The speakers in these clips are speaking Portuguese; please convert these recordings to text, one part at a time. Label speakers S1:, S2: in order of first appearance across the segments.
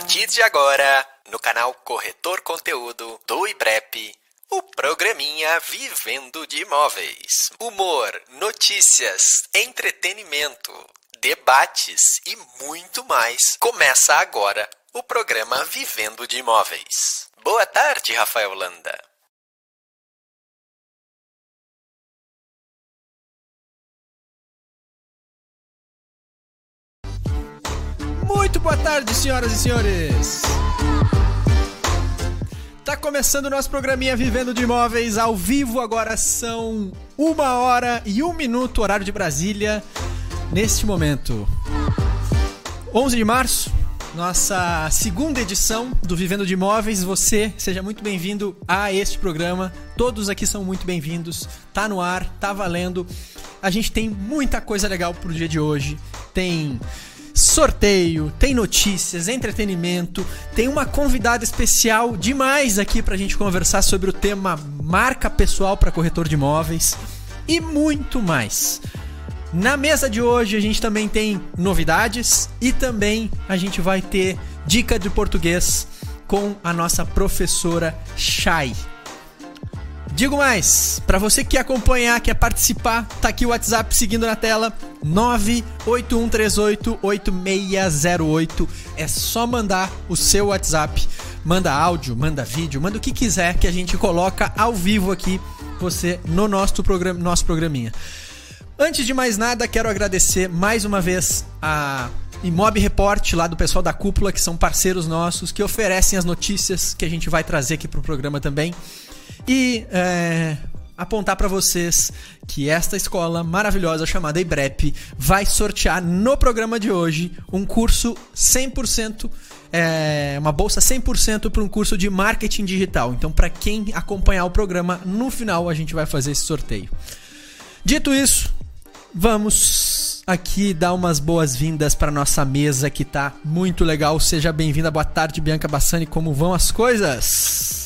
S1: partir de agora, no canal Corretor Conteúdo do IBREP, o programinha Vivendo de Imóveis. Humor, notícias, entretenimento, debates e muito mais. Começa agora o programa Vivendo de Imóveis. Boa tarde, Rafael Landa.
S2: Muito boa tarde, senhoras e senhores! Tá começando o nosso programinha Vivendo de Imóveis ao vivo. Agora são 1h01, horário de Brasília. Neste momento, 11 de março, nossa segunda edição do Vivendo de Imóveis. Você, seja muito bem-vindo a este programa. Todos aqui são muito bem-vindos. Tá no ar, tá valendo. A gente tem muita coisa legal pro dia de hoje. Tem sorteio, tem notícias, entretenimento, tem uma convidada especial demais aqui pra gente conversar sobre o tema marca pessoal para corretor de imóveis e muito mais. Na mesa de hoje a gente também tem novidades e também a gente vai ter dica de português com a nossa professora Chay. Digo mais, para você que quer acompanhar, quer participar, tá aqui o WhatsApp seguindo na tela, 981388608. É só mandar o seu WhatsApp, manda áudio, manda vídeo, manda o que quiser que a gente coloca ao vivo aqui você no nosso programinha. Antes de mais nada, quero agradecer mais uma vez a Imob Report, lá do pessoal da Cúpula, que são parceiros nossos, que oferecem as notícias que a gente vai trazer aqui pro programa também. E apontar para vocês que esta escola maravilhosa chamada IBREP vai sortear no programa de hoje um curso 100%, uma bolsa 100% para um curso de marketing digital. Então, para quem acompanhar o programa, no final a gente vai fazer esse sorteio. Dito isso, vamos aqui dar umas boas-vindas para nossa mesa que tá muito legal. Seja bem-vinda. Boa tarde, Bianca Bassani. Como vão as coisas?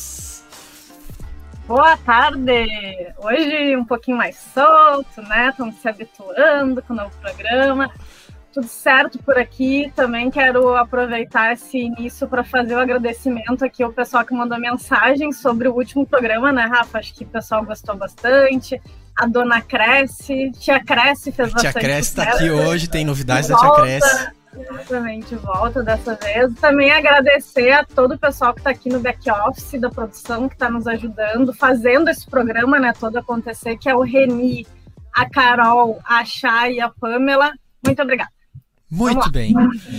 S3: Boa tarde! Hoje um pouquinho mais solto, né? Estamos se habituando com o novo programa. Tudo certo por aqui. Também quero aproveitar esse início para fazer o agradecimento aqui ao pessoal que mandou mensagem sobre o último programa, né, Rafa? Acho que o pessoal gostou bastante. A dona Cresce, tia Cresce fez bastante.
S2: Tia Cresce está aqui hoje, tem novidades da tia Cresce.
S3: Exatamente, volta dessa vez. Também agradecer a todo o pessoal que está aqui no back-office da produção, que está nos ajudando, fazendo esse programa, né, todo acontecer, que é o Reni, a Carol, a Chay e a Pamela. Muito obrigada.
S2: Muito bem.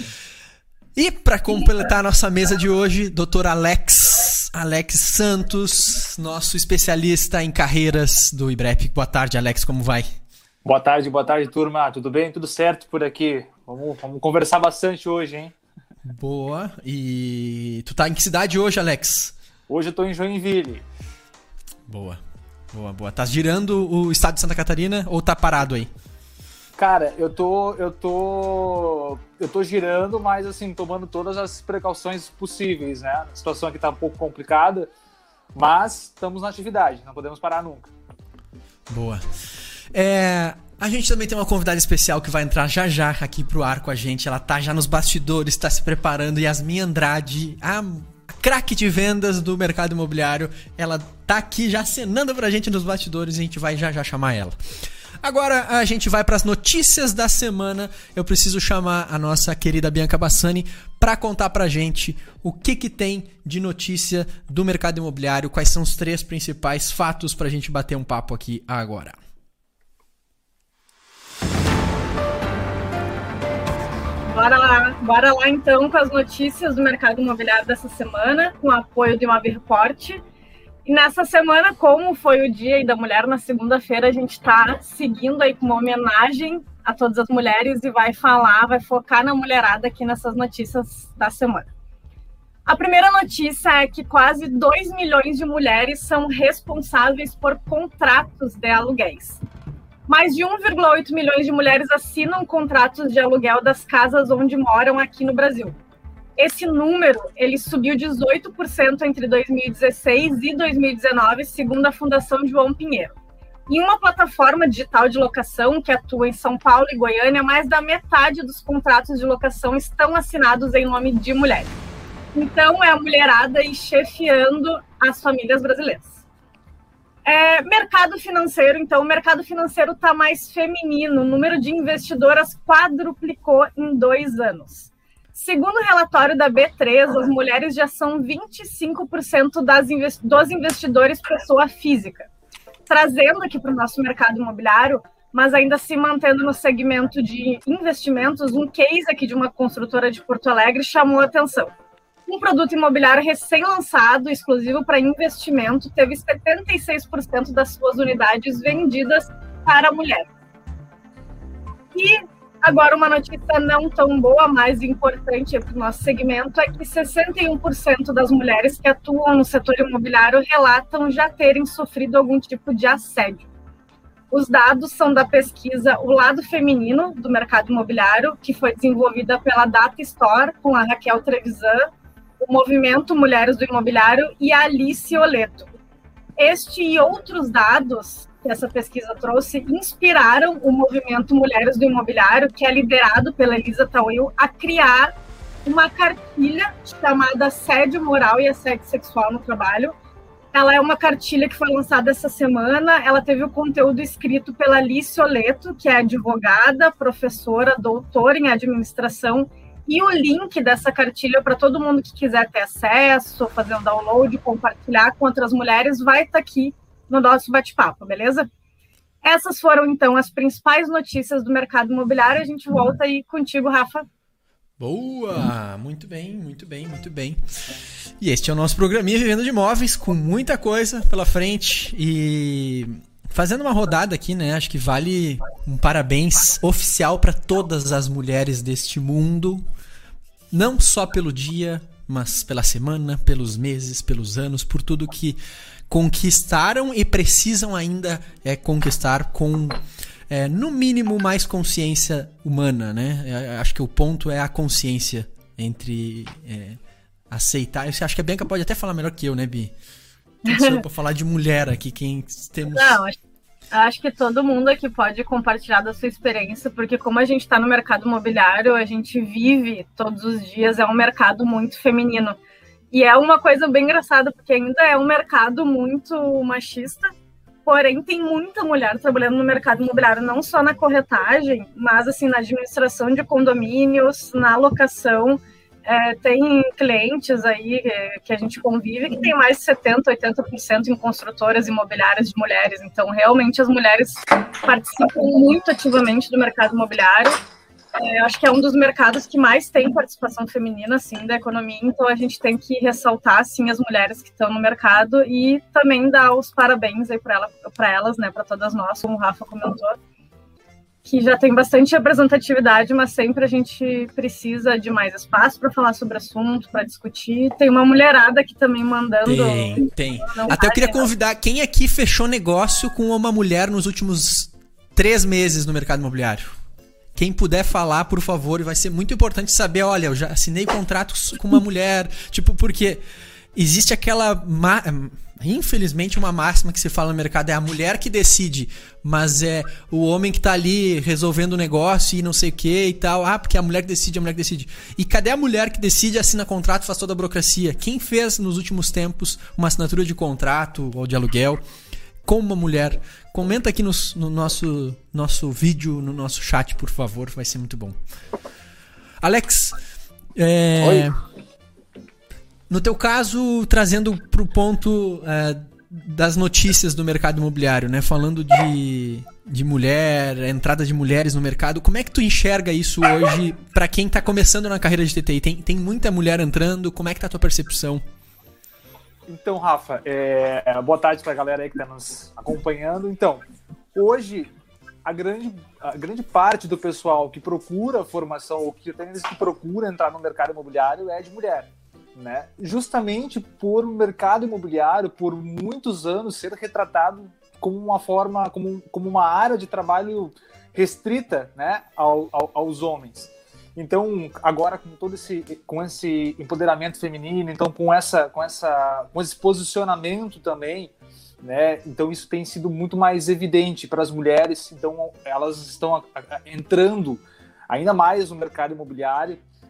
S2: E para completar a nossa mesa de hoje, Dr. Alex Santos, nosso especialista em carreiras do IBREP. Boa tarde, Alex, como vai?
S4: Boa tarde, turma. Tudo bem? Tudo certo por aqui? Vamos conversar bastante hoje, hein?
S2: Boa. E tu tá em que cidade hoje, Alex?
S4: Hoje eu tô em Joinville.
S2: Boa. Tá girando o estado de Santa Catarina ou tá parado aí?
S4: Cara, eu tô girando, mas assim, tomando todas as precauções possíveis, né? A situação aqui tá um pouco complicada, mas estamos na atividade, não podemos parar nunca.
S2: Boa. A gente também tem uma convidada especial que vai entrar já aqui pro ar com a gente. Ela tá já nos bastidores, tá se preparando. Yasmin Andrade, a craque de vendas do mercado imobiliário. Ela tá aqui já acenando pra gente nos bastidores e a gente vai já chamar ela. Agora a gente vai para as notícias da semana. Eu preciso chamar a nossa querida Bianca Bassani para contar pra gente o que tem de notícia do mercado imobiliário, quais são os 3 principais fatos pra gente bater um papo aqui agora.
S3: Bora lá então com as notícias do mercado imobiliário dessa semana, com o apoio do Imob Report. E nessa semana, como foi o Dia da Mulher, na segunda-feira, a gente está seguindo aí com uma homenagem a todas as mulheres e vai focar na mulherada aqui nessas notícias da semana. A primeira notícia é que quase 2 milhões de mulheres são responsáveis por contratos de aluguéis. Mais de 1,8 milhões de mulheres assinam contratos de aluguel das casas onde moram aqui no Brasil. Esse número ele subiu 18% entre 2016 e 2019, segundo a Fundação João Pinheiro. Em uma plataforma digital de locação que atua em São Paulo e Goiânia, mais da metade dos contratos de locação estão assinados em nome de mulheres. Então, é a mulherada aí chefiando as famílias brasileiras. Mercado financeiro, então, o mercado financeiro está mais feminino. O número de investidoras quadruplicou em 2 anos. Segundo o relatório da B3, as mulheres já são 25% dos investidores pessoa física. Trazendo aqui para o nosso mercado imobiliário, mas ainda se mantendo no segmento de investimentos, um case aqui de uma construtora de Porto Alegre chamou a atenção. Um produto imobiliário recém-lançado, exclusivo para investimento, teve 76% das suas unidades vendidas para mulher. E agora uma notícia não tão boa, mas importante para o nosso segmento, é que 61% das mulheres que atuam no setor imobiliário relatam já terem sofrido algum tipo de assédio. Os dados são da pesquisa O Lado Feminino do Mercado Imobiliário, que foi desenvolvida pela Data Store com a Raquel Trevisan, o Movimento Mulheres do Imobiliário e a Alice Oleto. Este e outros dados que essa pesquisa trouxe inspiraram o Movimento Mulheres do Imobiliário, que é liderado pela Elisa Tawil, a criar uma cartilha chamada Assédio Moral e Assédio Sexual no Trabalho. Ela é uma cartilha que foi lançada essa semana. Ela teve o conteúdo escrito pela Alice Oleto, que é advogada, professora, doutora em administração. E o link dessa cartilha para todo mundo que quiser ter acesso, fazer um download, compartilhar com outras mulheres, vai estar aqui no nosso bate-papo, beleza? Essas foram, então, as principais notícias do mercado imobiliário. A gente volta aí contigo, Rafa.
S2: Boa! Muito bem, muito bem, muito bem. E este é o nosso programinha Vivendo de Imóveis, com muita coisa pela frente. E fazendo uma rodada aqui, né? Acho que vale um parabéns oficial para todas as mulheres deste mundo. Não só pelo dia, mas pela semana, pelos meses, pelos anos, por tudo que conquistaram e precisam ainda conquistar com, no mínimo, mais consciência humana, né? Acho que o ponto é a consciência entre aceitar. Eu acho que a Bianca pode até falar melhor que eu, né, Bi? Quem sou eu pra falar de mulher aqui? Quem temos...
S3: Não, acho que todo mundo aqui pode compartilhar da sua experiência, porque como a gente está no mercado imobiliário, a gente vive todos os dias, é um mercado muito feminino. E é uma coisa bem engraçada, porque ainda é um mercado muito machista, porém tem muita mulher trabalhando no mercado imobiliário, não só na corretagem, mas assim, na administração de condomínios, na locação. Tem clientes aí que a gente convive que tem mais de 70%, 80% em construtoras imobiliárias de mulheres. Então, realmente, as mulheres participam muito ativamente do mercado imobiliário. Acho que é um dos mercados que mais tem participação feminina, assim, da economia. Então, a gente tem que ressaltar, assim, as mulheres que estão no mercado e também dar os parabéns aí para elas, né, para todas nós, como o Rafa comentou, que já tem bastante representatividade, mas sempre a gente precisa de mais espaço para falar sobre o assunto, para discutir. Tem uma mulherada aqui também mandando...
S2: Tem. Até eu queria convidar, quem aqui fechou negócio com uma mulher nos últimos 3 meses no mercado imobiliário? Quem puder falar, por favor, vai ser muito importante saber, olha, eu já assinei contratos com uma mulher, tipo, porque existe aquela... Infelizmente, uma máxima que se fala no mercado é a mulher que decide, mas é o homem que tá ali resolvendo o negócio e não sei o que e tal. Porque a mulher que decide, a mulher que decide. E cadê a mulher que decide, assina contrato, faz toda a burocracia? Quem fez nos últimos tempos uma assinatura de contrato ou de aluguel com uma mulher? Comenta aqui no nosso vídeo, no nosso chat, por favor, vai ser muito bom. Alex,
S4: Oi.
S2: No teu caso, trazendo para o ponto das notícias do mercado imobiliário, né? Falando de mulher, entrada de mulheres no mercado, como é que tu enxerga isso hoje para quem está começando na carreira de TTI? Tem muita mulher entrando, como é que tá a tua percepção?
S4: Então, Rafa, boa tarde para a galera aí que está nos acompanhando. Então, hoje, a grande parte do pessoal que procura formação ou que procura entrar no mercado imobiliário é de mulher. Né? Justamente por o mercado imobiliário, por muitos anos, ser retratado como uma área de trabalho restrita, né, aos homens. Então, agora com esse empoderamento feminino, então com esse posicionamento também, né, então isso tem sido muito mais evidente para as mulheres. Então elas estão entrando ainda mais no mercado imobiliário.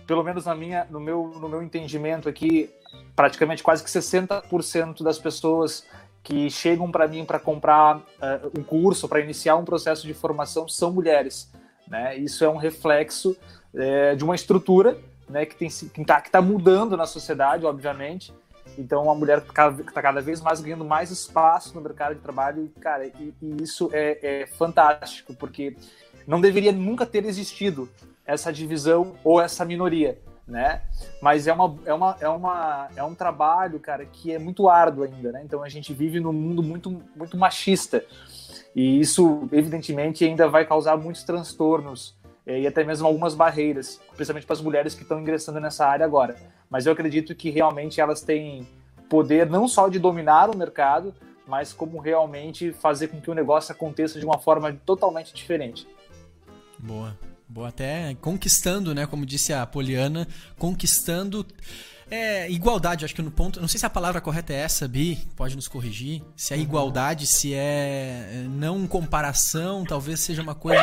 S4: pelo menos no meu entendimento aqui, praticamente quase que 60% das pessoas que chegam para mim para comprar um curso, para iniciar um processo de formação, são mulheres, né? Isso é um reflexo de uma estrutura, né, que está mudando na sociedade, obviamente. Então, a mulher está cada vez mais ganhando mais espaço no mercado de trabalho, cara, e isso é fantástico, porque não deveria nunca ter existido essa divisão ou essa minoria, né? Mas é um trabalho, cara, que é muito árduo ainda, né? Então, a gente vive num mundo muito, muito machista, e isso, evidentemente, ainda vai causar muitos transtornos e até mesmo algumas barreiras, principalmente para as mulheres que estão ingressando nessa área agora. Mas eu acredito que realmente elas têm poder não só de dominar o mercado, mas como realmente fazer com que o negócio aconteça de uma forma totalmente diferente.
S2: Boa. Até conquistando, né? Como disse a Poliana, conquistando igualdade. Acho que no ponto... Não sei se a palavra correta é essa, Bi, pode nos corrigir. Se é igualdade, se é não comparação, talvez seja uma coisa...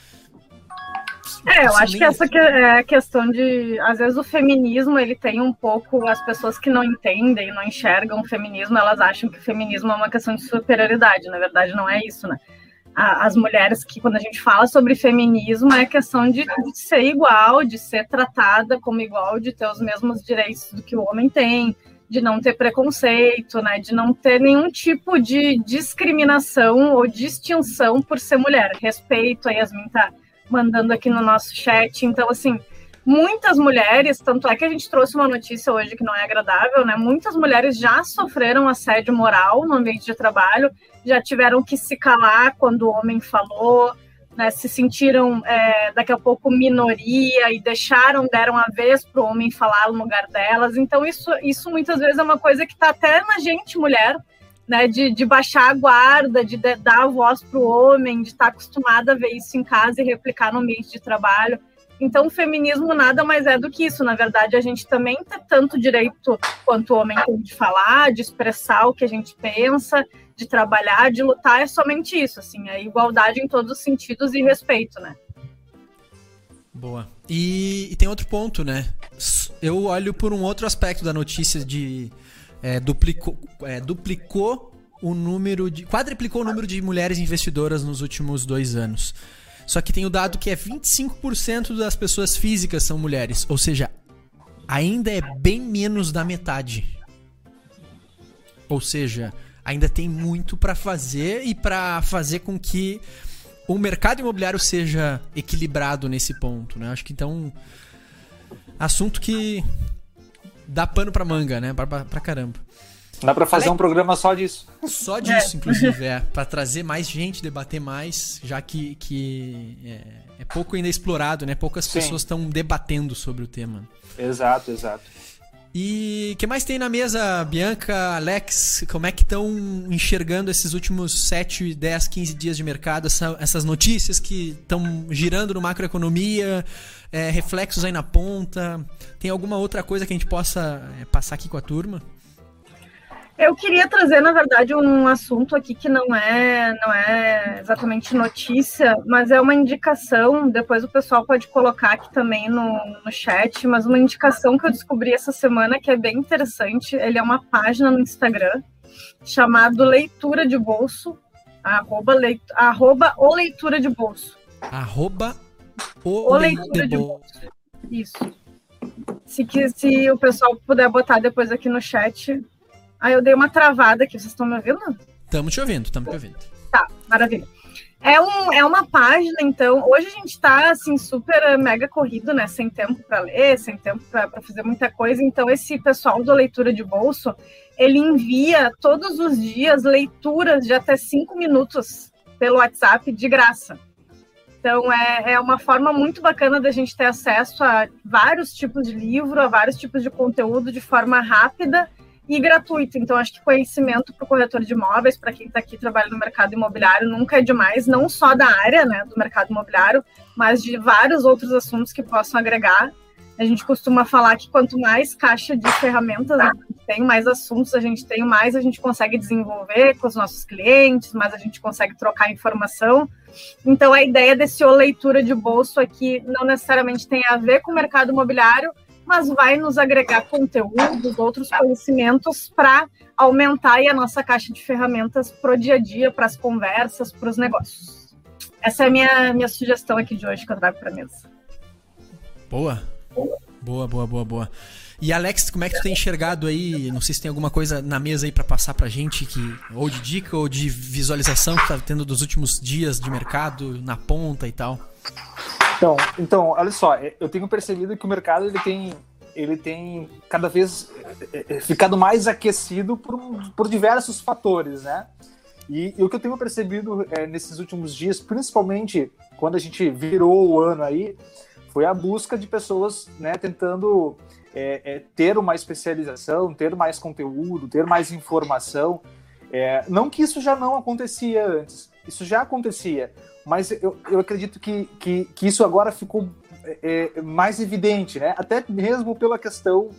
S3: Eu acho que essa é a questão de... Às vezes o feminismo, ele tem um pouco... As pessoas que não entendem, não enxergam o feminismo, elas acham que o feminismo é uma questão de superioridade. Na verdade, não é isso, né? As mulheres que, quando a gente fala sobre feminismo, é questão de ser igual, de ser tratada como igual, de ter os mesmos direitos do que o homem tem, de não ter preconceito, né? De não ter nenhum tipo de discriminação ou distinção por ser mulher. Respeito, a Yasmin tá mandando aqui no nosso chat. Então, assim, muitas mulheres, tanto é que a gente trouxe uma notícia hoje que não é agradável, né? Muitas mulheres já sofreram assédio moral no ambiente de trabalho, já tiveram que se calar quando o homem falou, né? Se sentiram daqui a pouco minoria e deram a vez para o homem falar no lugar delas. Então, isso muitas vezes é uma coisa que está até na gente, mulher, né, de baixar a guarda, de dar a voz para o homem, de estar acostumada a ver isso em casa e replicar no ambiente de trabalho. Então, o feminismo nada mais é do que isso. Na verdade, a gente também tem tanto direito quanto o homem tem de falar, de expressar o que a gente pensa, de trabalhar, de lutar. É somente isso, assim, é igualdade em todos os sentidos e respeito, né?
S2: Boa. E tem outro ponto, né? Eu olho por um outro aspecto da notícia de... quadriplicou o número de mulheres investidoras nos últimos 2 anos. Só que tem o dado que 25% das pessoas físicas são mulheres. Ou seja, ainda é bem menos da metade. Ou seja, ainda tem muito para fazer e para fazer com que o mercado imobiliário seja equilibrado nesse ponto, né? Acho que então... Assunto que... dá pano pra manga, né? Pra caramba.
S4: Dá pra fazer um programa só disso.
S2: Só disso, inclusive, pra trazer mais gente, debater mais, já que é pouco ainda explorado, né? Poucas pessoas estão debatendo sobre o tema.
S4: Exato.
S2: E o que mais tem na mesa, Bianca, Alex? Como é que estão enxergando esses últimos 7, 10, 15 dias de mercado? Essas notícias que estão girando no macroeconomia, reflexos aí na ponta. Tem alguma outra coisa que a gente possa passar aqui com a turma?
S3: Eu queria trazer, na verdade, um assunto aqui que não é exatamente notícia, mas é uma indicação, depois o pessoal pode colocar aqui também no chat, mas uma indicação que eu descobri essa semana que é bem interessante. Ele é uma página no Instagram chamado Leitura de Bolso, @o Leitura de Bolso.
S2: @o Leitura de Bolso.
S3: Isso. Se o pessoal puder botar depois aqui no chat... eu dei uma travada aqui, vocês estão me ouvindo?
S2: Estamos te ouvindo.
S3: Tá, maravilha. É uma página, então, hoje a gente está assim, super mega corrido, né? Sem tempo para ler, sem tempo para fazer muita coisa. Então, esse pessoal da Leitura de Bolso, ele envia todos os dias leituras de até 5 minutos pelo WhatsApp de graça. Então, é uma forma muito bacana da gente ter acesso a vários tipos de livro, a vários tipos de conteúdo de forma rápida e gratuito. Então, acho que conhecimento para o corretor de imóveis, para quem está aqui trabalhando no mercado imobiliário, nunca é demais, não só da área, né, do mercado imobiliário, mas de vários outros assuntos que possam agregar. A gente costuma falar que quanto mais caixa de ferramentas a gente tem mais assuntos a gente tem, mais a gente consegue desenvolver com os nossos clientes, mais a gente consegue trocar informação. Então, a ideia desse O Leitura de Bolso aqui não necessariamente tem a ver com o mercado imobiliário, mas vai nos agregar conteúdos, outros conhecimentos para aumentar aí a nossa caixa de ferramentas para o dia a dia, para as conversas, para os negócios. Essa é a minha sugestão aqui de hoje que eu trago para a mesa.
S2: Boa. E Alex, como é que tu tem enxergado aí? Não sei se tem alguma coisa na mesa aí para passar pra gente, ou de dica ou de visualização que tá tendo dos últimos dias de mercado, na ponta e tal.
S4: Então, olha só, eu tenho percebido que o mercado ele tem cada vez ficado mais aquecido por diversos fatores, né? E o que eu tenho percebido nesses últimos dias, principalmente quando a gente virou o ano aí, foi a busca de pessoas, né, tentando ter uma especialização, ter mais conteúdo, ter mais informação. Não que isso já não acontecia antes, isso já acontecia, mas eu acredito que isso agora ficou mais evidente, né? Até mesmo pela questão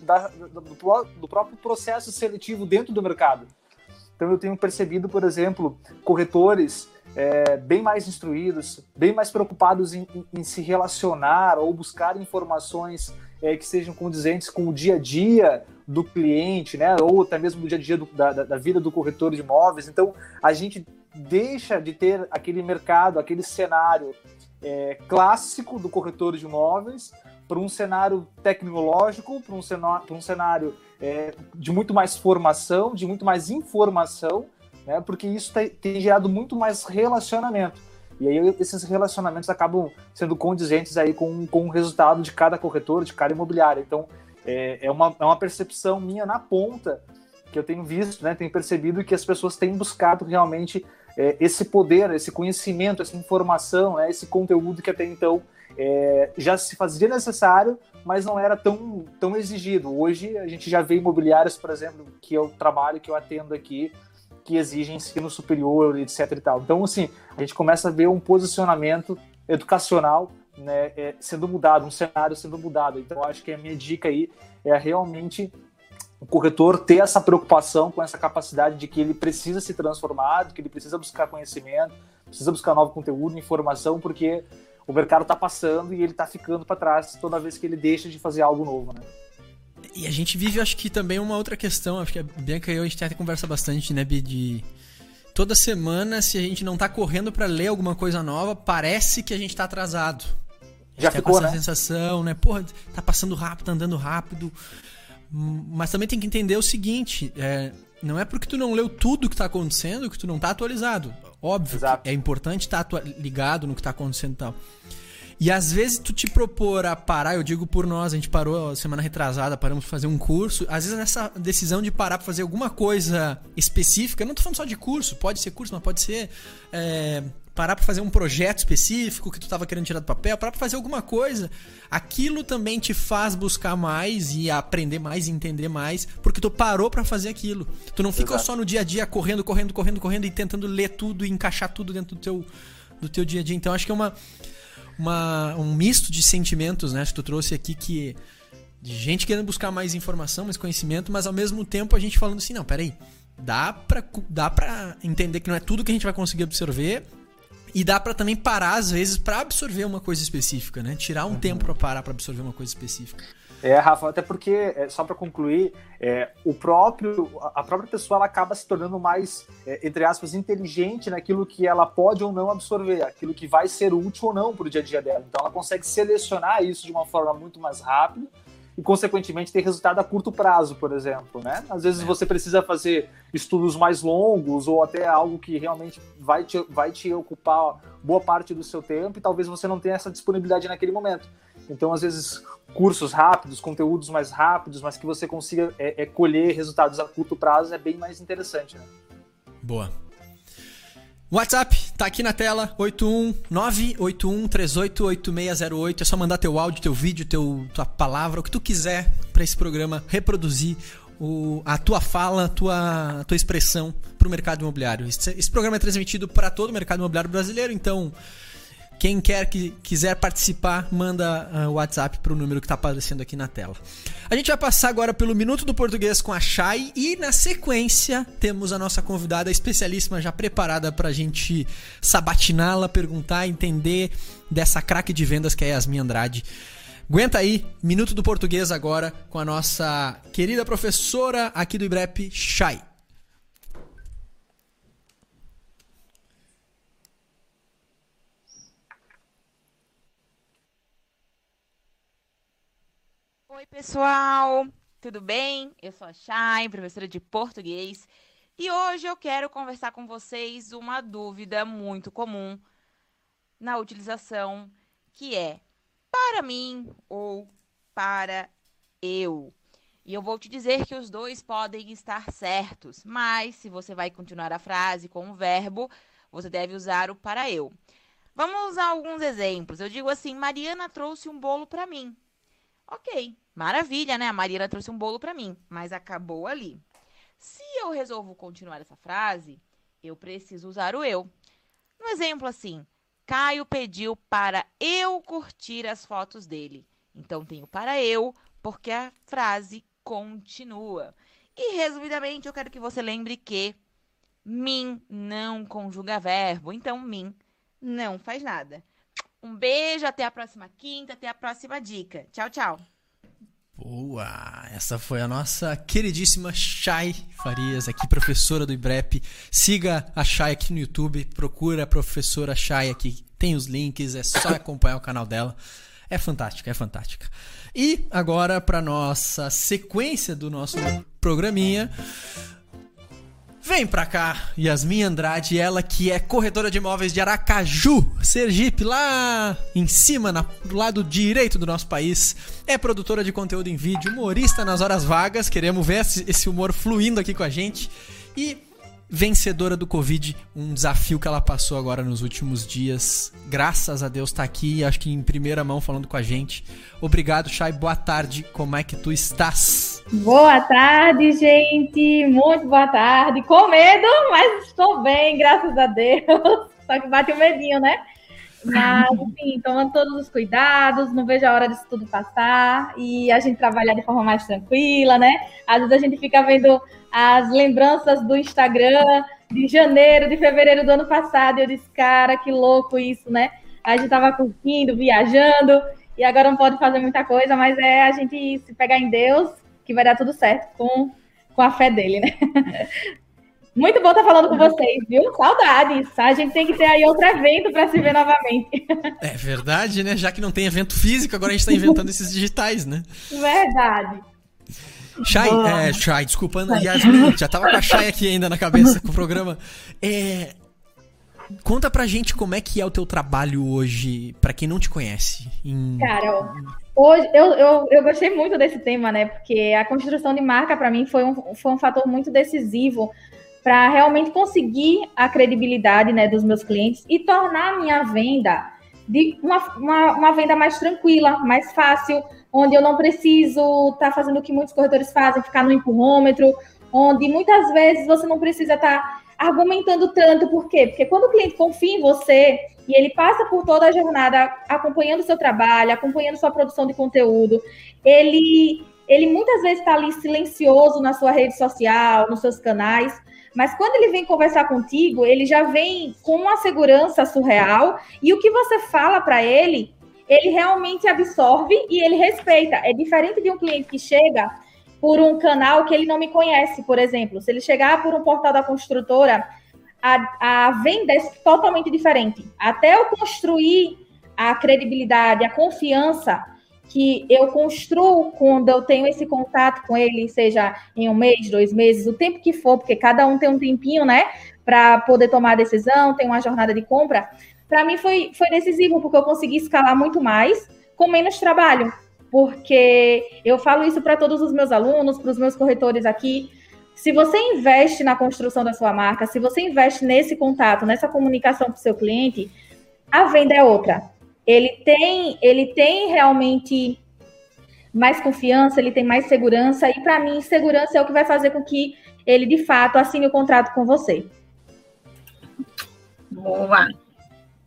S4: do próprio processo seletivo dentro do mercado. Então eu tenho percebido, por exemplo, corretores bem mais instruídos, bem mais preocupados em se relacionar ou buscar informações que sejam condizentes com o dia a dia do cliente, né? Ou até mesmo do dia a dia da vida do corretor de imóveis. Então a gente deixa de ter aquele mercado, aquele cenário clássico do corretor de imóveis para um cenário tecnológico, para um cenário de muito mais formação, de muito mais informação, né? Porque isso tem gerado muito mais relacionamento. E aí esses relacionamentos acabam sendo condizentes aí com o resultado de cada corretor, de cada imobiliária. Então é uma percepção minha na ponta que eu tenho visto, né? Tenho percebido que as pessoas têm buscado realmente esse poder, esse conhecimento, essa informação, né? Esse conteúdo que até então já se fazia necessário, mas não era tão exigido. Hoje a gente já vê imobiliárias, por exemplo, que eu trabalho, que eu atendo aqui, que exigem ensino superior, etc. e tal. Então, assim, a gente começa a ver um posicionamento educacional, né, sendo mudado, um cenário sendo mudado. Então, acho que a minha dica aí é realmente o corretor ter essa preocupação com essa capacidade de que ele precisa se transformar, de que ele precisa buscar conhecimento, precisa buscar novo conteúdo, informação, porque o mercado está passando e ele está ficando para trás toda vez que ele deixa de fazer algo novo, né?
S2: E a gente vive, acho que também uma outra questão, acho que a Bianca e eu, a gente até conversa bastante, né, Bi, de toda semana, se a gente não tá correndo para ler alguma coisa nova, parece que a gente tá atrasado.
S4: Já ficou, né?
S2: Essa sensação, né? Porra, tá passando rápido, tá andando rápido. Mas também tem que entender o seguinte, não é porque tu não leu tudo que tá acontecendo que tu não tá atualizado. Óbvio. Exato. Que é importante estar ligado no que tá acontecendo e tal. E às vezes tu te propor a parar, eu digo por nós, a gente parou semana retrasada, paramos pra fazer um curso. Às vezes nessa decisão de parar pra fazer alguma coisa específica, eu não tô falando só de curso, pode ser curso, mas pode ser parar pra fazer um projeto específico que tu tava querendo tirar do papel, parar pra fazer alguma coisa. Aquilo também te faz buscar mais e aprender mais e entender mais, porque tu parou pra fazer aquilo. Tu não fica só no dia a dia correndo e tentando ler tudo e encaixar tudo dentro do teu dia a dia. Então acho que é um misto de sentimentos, né, que tu trouxe aqui, que de gente querendo buscar mais informação, mais conhecimento, mas ao mesmo tempo a gente falando assim, não, peraí, dá pra entender que não é tudo que a gente vai conseguir absorver, e dá pra também parar às vezes pra absorver uma coisa específica, né, tirar um tempo pra parar pra absorver uma coisa específica.
S4: Rafa, até porque, só para concluir, a própria pessoa ela acaba se tornando mais, entre aspas, inteligente naquilo que ela pode ou não absorver, aquilo que vai ser útil ou não para o dia a dia dela. Então ela consegue selecionar isso de uma forma muito mais rápida e, consequentemente, ter resultado a curto prazo, por exemplo, né? Às vezes você precisa fazer estudos mais longos ou até algo que realmente vai te ocupar boa parte do seu tempo e talvez você não tenha essa disponibilidade naquele momento. Então, às vezes, cursos rápidos, conteúdos mais rápidos, mas que você consiga colher resultados a curto prazo é bem mais interessante, né?
S2: Boa. WhatsApp, tá aqui na tela, 81981388608. É só mandar teu áudio, teu vídeo, tua palavra, o que tu quiser para esse programa reproduzir a tua fala, a tua expressão pro mercado imobiliário. Esse programa é transmitido para todo o mercado imobiliário brasileiro, então Quem quiser participar, manda o WhatsApp para o número que está aparecendo aqui na tela. A gente vai passar agora pelo Minuto do Português com a Chay e, na sequência, temos a nossa convidada especialíssima já preparada para a gente sabatiná-la, perguntar, entender dessa craque de vendas que é a Yasmin Andrade. Aguenta aí, Minuto do Português agora com a nossa querida professora aqui do IBREP, Chay.
S5: Oi, pessoal, tudo bem? Eu sou a Chay, professora de português, e hoje eu quero conversar com vocês uma dúvida muito comum na utilização, que é para mim ou para eu. E eu vou te dizer que os dois podem estar certos, mas se você vai continuar a frase com o verbo, você deve usar o para eu. Vamos usar alguns exemplos. Eu digo assim, Mariana trouxe um bolo para mim. Ok, maravilha, né? A Mariana trouxe um bolo para mim, mas acabou ali. Se eu resolvo continuar essa frase, eu preciso usar o eu. No exemplo assim, Caio pediu para eu curtir as fotos dele. Então, tenho para eu, porque a frase continua. E, resumidamente, eu quero que você lembre que mim não conjuga verbo. Então, mim não faz nada. Um beijo, até a próxima quinta, até a próxima dica. Tchau, tchau.
S2: Boa! Essa foi a nossa queridíssima Chay Farias, aqui professora do IBREP. Siga a Chay aqui no YouTube, procura a professora Chay aqui, tem os links, é só acompanhar o canal dela. É fantástica, é fantástica. E agora para nossa sequência do nosso programinha. Vem pra cá, Yasmin Andrade, ela que é corretora de imóveis de Aracaju, Sergipe, lá em cima, do lado direito do nosso país. É produtora de conteúdo em vídeo, humorista nas horas vagas, queremos ver esse humor fluindo aqui com a gente. E vencedora do Covid, um desafio que ela passou agora nos últimos dias. Graças a Deus tá aqui, acho que em primeira mão falando com a gente. Obrigado, Chay, boa tarde, como é que tu estás?
S6: Boa tarde, gente, muito boa tarde, com medo, mas estou bem, graças a Deus, só que bate um medinho, né? Mas, enfim, tomando todos os cuidados, não vejo a hora disso tudo passar e a gente trabalhar de forma mais tranquila, né? Às vezes a gente fica vendo as lembranças do Instagram de janeiro, de fevereiro do ano passado e eu disse, cara, que louco isso, né? A gente tava curtindo, viajando e agora não pode fazer muita coisa, mas é a gente se pegar em Deus que vai dar tudo certo com a fé dele, né? Muito bom estar falando com vocês, viu? Saudades. A gente tem que ter aí outro evento para se ver novamente.
S2: É verdade, né? Já que não tem evento físico, agora a gente está inventando esses digitais, né?
S6: Verdade.
S2: Chay, desculpa, Yasmin, já tava com a Chay aqui ainda na cabeça com o programa. Conta pra gente como é que é o teu trabalho hoje, pra quem não te conhece.
S6: Cara, hoje eu gostei muito desse tema, né? Porque a construção de marca, pra mim, foi um fator muito decisivo para realmente conseguir a credibilidade, né, dos meus clientes e tornar a minha venda de uma venda mais tranquila, mais fácil, onde eu não preciso estar fazendo o que muitos corretores fazem, ficar no empurrômetro, onde muitas vezes você não precisa estar argumentando tanto. Por quê? Porque quando o cliente confia em você e ele passa por toda a jornada acompanhando o seu trabalho, acompanhando sua produção de conteúdo, ele muitas vezes está ali silencioso na sua rede social, nos seus canais, mas quando ele vem conversar contigo, ele já vem com uma segurança surreal e o que você fala para ele realmente absorve e ele respeita. É diferente de um cliente que chega por um canal que ele não me conhece, por exemplo. Se ele chegar por um portal da construtora, a venda é totalmente diferente. Até eu construir a credibilidade, a confiança que eu construo quando eu tenho esse contato com ele, seja em 1 mês, 2 meses, o tempo que for, porque cada um tem um tempinho, né, para poder tomar a decisão, tem uma jornada de compra. Para mim foi decisivo, porque eu consegui escalar muito mais com menos trabalho, porque eu falo isso para todos os meus alunos, para os meus corretores aqui. Se você investe na construção da sua marca, se você investe nesse contato, nessa comunicação com o seu cliente, a venda é outra. Ele tem realmente mais confiança, ele tem mais segurança, e para mim, segurança é o que vai fazer com que ele, de fato, assine o contrato com você.
S3: Boa!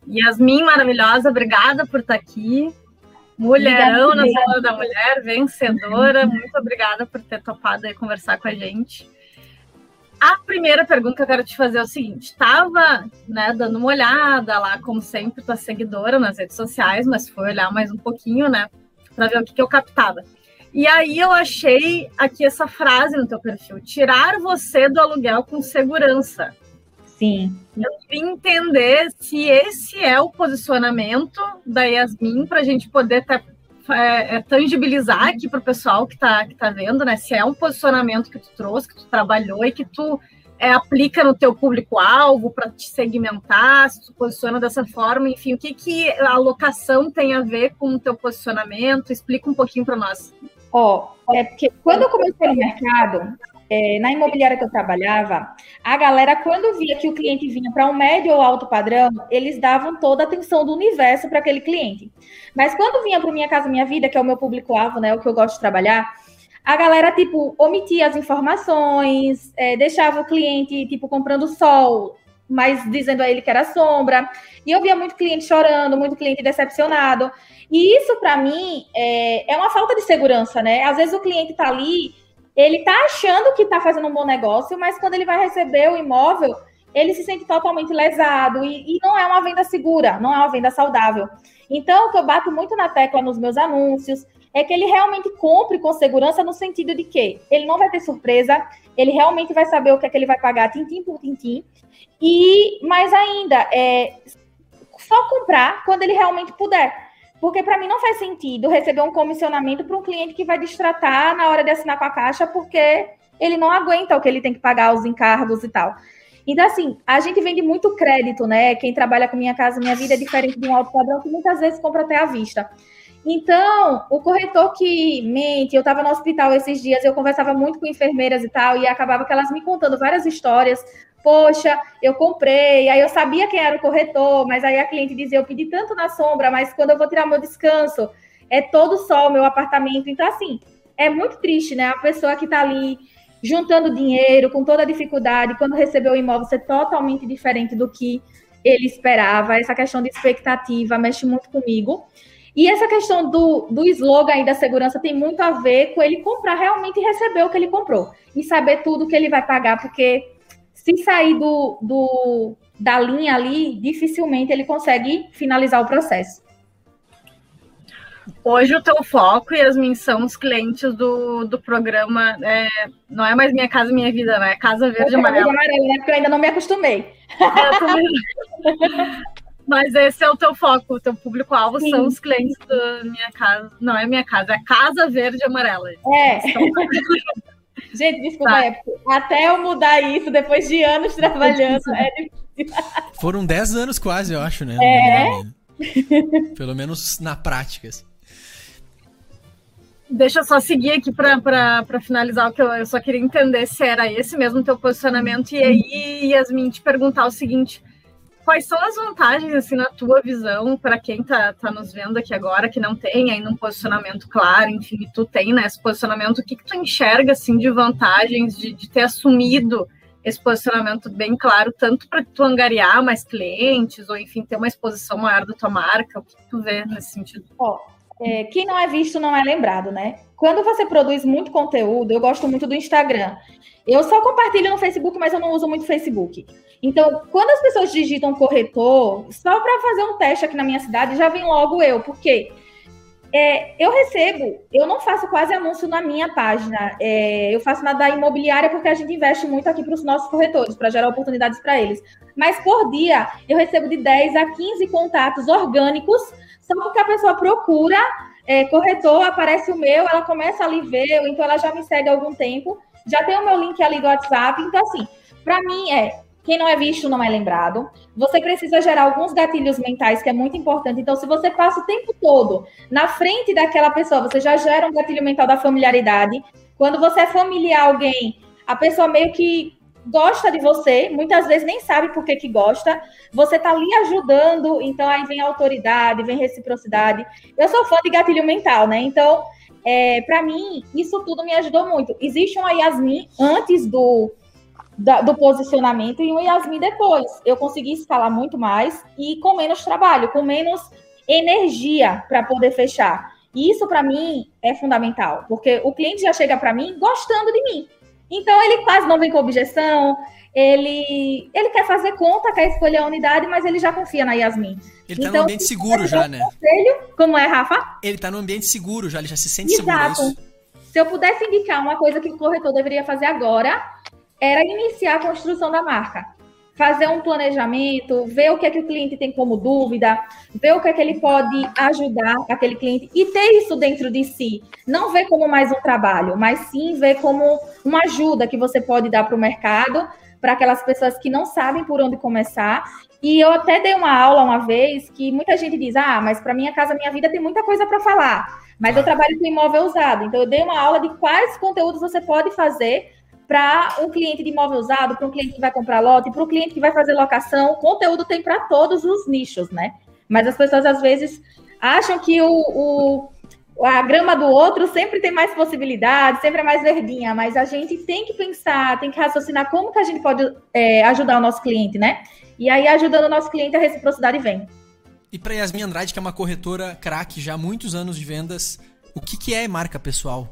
S3: Yasmin, maravilhosa, obrigada por estar aqui. Mulherão na Semana da Mulher, vencedora. Muito obrigada por ter topado aí conversar com a gente. A primeira pergunta que eu quero te fazer é o seguinte: estava, né, dando uma olhada lá, como sempre, tua seguidora nas redes sociais, mas fui olhar mais um pouquinho, né, para ver o que eu captava. E aí eu achei aqui essa frase no teu perfil: tirar você do aluguel com segurança.
S6: Sim.
S3: Eu queria entender se esse é o posicionamento da Yasmin, para a gente poder tangibilizar aqui para o pessoal que tá vendo, né? Se é um posicionamento que tu trouxe, que tu trabalhou e que tu aplica no teu público-alvo para te segmentar, se tu posiciona dessa forma, enfim, o que a alocação tem a ver com o teu posicionamento? Explica um pouquinho para nós.
S6: Porque quando eu comecei no mercado, na imobiliária que eu trabalhava, a galera, quando via que o cliente vinha para um médio ou alto padrão, eles davam toda a atenção do universo para aquele cliente. Mas quando vinha para Minha Casa Minha Vida, que é o meu público-alvo, né, o que eu gosto de trabalhar, a galera, tipo, omitia as informações, deixava o cliente, tipo, comprando sol, mas dizendo a ele que era sombra. E eu via muito cliente chorando, muito cliente decepcionado. E isso, para mim, é uma falta de segurança, né? Às vezes o cliente tá ali, ele tá achando que tá fazendo um bom negócio, mas quando ele vai receber o imóvel, ele se sente totalmente lesado e não é uma venda segura, não é uma venda saudável. Então, o que eu bato muito na tecla nos meus anúncios é que ele realmente compre com segurança, no sentido de que ele não vai ter surpresa, ele realmente vai saber o que é que ele vai pagar tintim por tintim, e mais ainda, só comprar quando ele realmente puder. Porque para mim não faz sentido receber um comissionamento para um cliente que vai destratar na hora de assinar com a Caixa, porque ele não aguenta o que ele tem que pagar, os encargos e tal. Então, assim, a gente vende muito crédito, né? Quem trabalha com Minha Casa Minha Vida é diferente de um alto padrão que muitas vezes compra até à vista. Então, o corretor que mente, eu estava no hospital esses dias, eu conversava muito com enfermeiras e tal, e acabava que elas me contando várias histórias. Poxa, eu comprei, aí eu sabia quem era o corretor, mas aí a cliente dizia, eu pedi tanto na sombra, mas quando eu vou tirar meu descanso, é todo sol meu apartamento. Então, assim, é muito triste, né? A pessoa que está ali juntando dinheiro, com toda a dificuldade, quando recebeu o imóvel, ser totalmente diferente do que ele esperava. Essa questão de expectativa mexe muito comigo. E essa questão do slogan aí da segurança tem muito a ver com ele comprar realmente e receber o que ele comprou. E saber tudo que ele vai pagar, porque se sair da linha ali, dificilmente ele consegue finalizar o processo.
S3: Hoje o teu foco, Yasmin, são os clientes do programa, não é mais Minha Casa Minha Vida, né? Casa Verde e Amarela.
S6: Né? Porque eu ainda não me acostumei.
S3: Mas esse é o teu foco, o teu público-alvo são os clientes do Minha Casa. Não é Minha Casa, é Casa Verde e Amarela.
S6: Gente, desculpa, até eu mudar isso, depois de anos trabalhando, é difícil.
S2: Foram 10 anos quase, eu acho, né? Pelo menos na prática.
S3: Deixa eu só seguir aqui para finalizar o que eu só queria entender se era esse mesmo o teu posicionamento. E aí, Yasmin, te perguntar o seguinte: quais são as vantagens, assim, na tua visão, para quem tá nos vendo aqui agora, que não tem ainda um posicionamento claro, enfim, tu tem, né, esse posicionamento, o que tu enxerga, assim, de vantagens de ter assumido esse posicionamento bem claro, tanto para tu angariar mais clientes, ou, enfim, ter uma exposição maior da tua marca? O que tu vê nesse sentido?
S6: Quem não é visto não é lembrado, né? Quando você produz muito conteúdo, eu gosto muito do Instagram. Eu só compartilho no Facebook, mas eu não uso muito o Facebook. Então, quando as pessoas digitam corretor, só para fazer um teste aqui na minha cidade, já vem logo eu. Por quê? Eu não faço quase anúncio na minha página. Eu faço na da imobiliária porque a gente investe muito aqui para os nossos corretores, para gerar oportunidades para eles. Mas por dia, eu recebo de 10 a 15 contatos orgânicos, só porque a pessoa procura corretor, aparece o meu, ela começa a ali ver, ou então ela já me segue há algum tempo, já tem o meu link ali do WhatsApp. Então, assim, para mim quem não é visto não é lembrado. Você precisa gerar alguns gatilhos mentais, que é muito importante. Então, se você passa o tempo todo na frente daquela pessoa, você já gera um gatilho mental da familiaridade. Quando você é familiar a alguém, a pessoa meio que gosta de você, muitas vezes nem sabe por que gosta. Você tá ali ajudando, então aí vem autoridade, vem reciprocidade. Eu sou fã de gatilho mental, né? Então, para mim, isso tudo me ajudou muito. Existe uma Yasmin antes do posicionamento e o Yasmin depois. Eu consegui escalar muito mais e com menos trabalho, com menos energia para poder fechar. E isso, para mim, é fundamental, porque o cliente já chega para mim gostando de mim. Então, ele quase não vem com objeção, ele quer fazer conta, quer escolher a unidade, mas ele já confia na Yasmin.
S2: Ele tá no ambiente seguro já, né?
S6: Como é, Rafa?
S2: Ele tá no ambiente seguro já, ele já se sente
S6: Exato.
S2: seguro.
S6: Se eu pudesse indicar uma coisa que o corretor deveria fazer agora, era iniciar a construção da marca. Fazer um planejamento, ver o que é que o cliente tem como dúvida, ver o que é que ele pode ajudar aquele cliente e ter isso dentro de si. Não ver como mais um trabalho, mas sim ver como uma ajuda que você pode dar para o mercado, para aquelas pessoas que não sabem por onde começar. E eu até dei uma aula uma vez que muita gente diz, mas para minha casa, minha vida tem muita coisa para falar, mas eu trabalho com imóvel usado. Então eu dei uma aula de quais conteúdos você pode fazer para um cliente de imóvel usado, para um cliente que vai comprar lote, para um cliente que vai fazer locação. O conteúdo tem para todos os nichos, né? Mas as pessoas, às vezes, acham que a grama do outro sempre tem mais possibilidades, sempre é mais verdinha, mas a gente tem que pensar, tem que raciocinar como que a gente pode ajudar o nosso cliente, né? E aí, ajudando o nosso cliente, a reciprocidade vem.
S2: E para Yasmin Andrade, que é uma corretora craque já há muitos anos de vendas, o que é marca pessoal?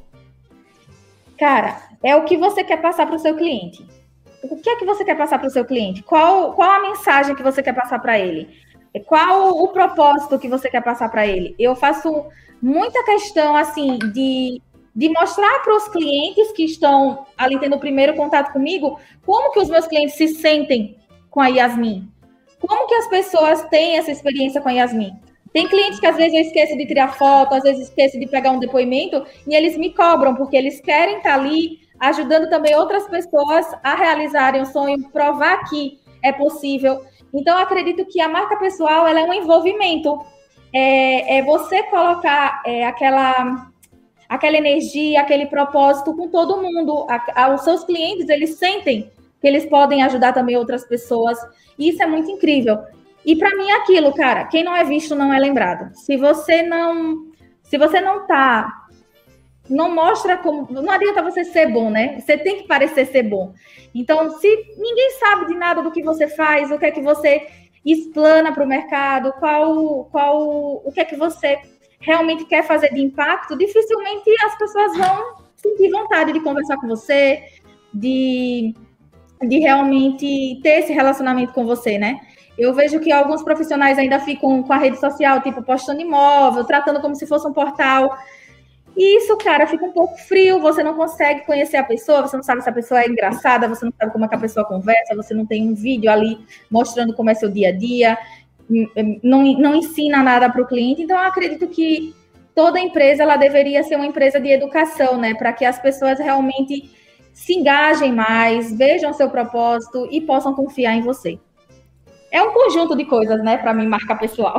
S6: Cara, é o que você quer passar para o seu cliente. O que é que você quer passar para o seu cliente? Qual a mensagem que você quer passar para ele? Qual o propósito que você quer passar para ele? Eu faço muita questão, assim, de mostrar para os clientes que estão ali tendo o primeiro contato comigo, como que os meus clientes se sentem com a Yasmin. Como que as pessoas têm essa experiência com a Yasmin? Tem clientes que às vezes eu esqueço de tirar foto, às vezes esqueço de pegar um depoimento e eles me cobram, porque eles querem estar ali ajudando também outras pessoas a realizarem o sonho, provar que é possível. Então, eu acredito que a marca pessoal ela é um envolvimento. É você colocar aquela energia, aquele propósito com todo mundo. Os seus clientes, eles sentem que eles podem ajudar também outras pessoas. E isso é muito incrível. E para mim é aquilo, cara, quem não é visto não é lembrado. Se você não mostra como, não adianta você ser bom, né? Você tem que parecer ser bom. Então, se ninguém sabe de nada do que você faz, o que é que você explana para o mercado, o que é que você realmente quer fazer de impacto, dificilmente as pessoas vão sentir vontade de conversar com você, de realmente ter esse relacionamento com você, né? Eu vejo que alguns profissionais ainda ficam com a rede social, tipo, postando imóvel, tratando como se fosse um portal. E isso, cara, fica um pouco frio, você não consegue conhecer a pessoa, você não sabe se a pessoa é engraçada, você não sabe como é que a pessoa conversa, você não tem um vídeo ali mostrando como é seu dia a dia, não ensina nada para o cliente. Então, eu acredito que toda empresa, ela deveria ser uma empresa de educação, né? Para que as pessoas realmente se engajem mais, vejam seu propósito e possam confiar em você. É um conjunto de coisas, né, para mim, marca pessoal.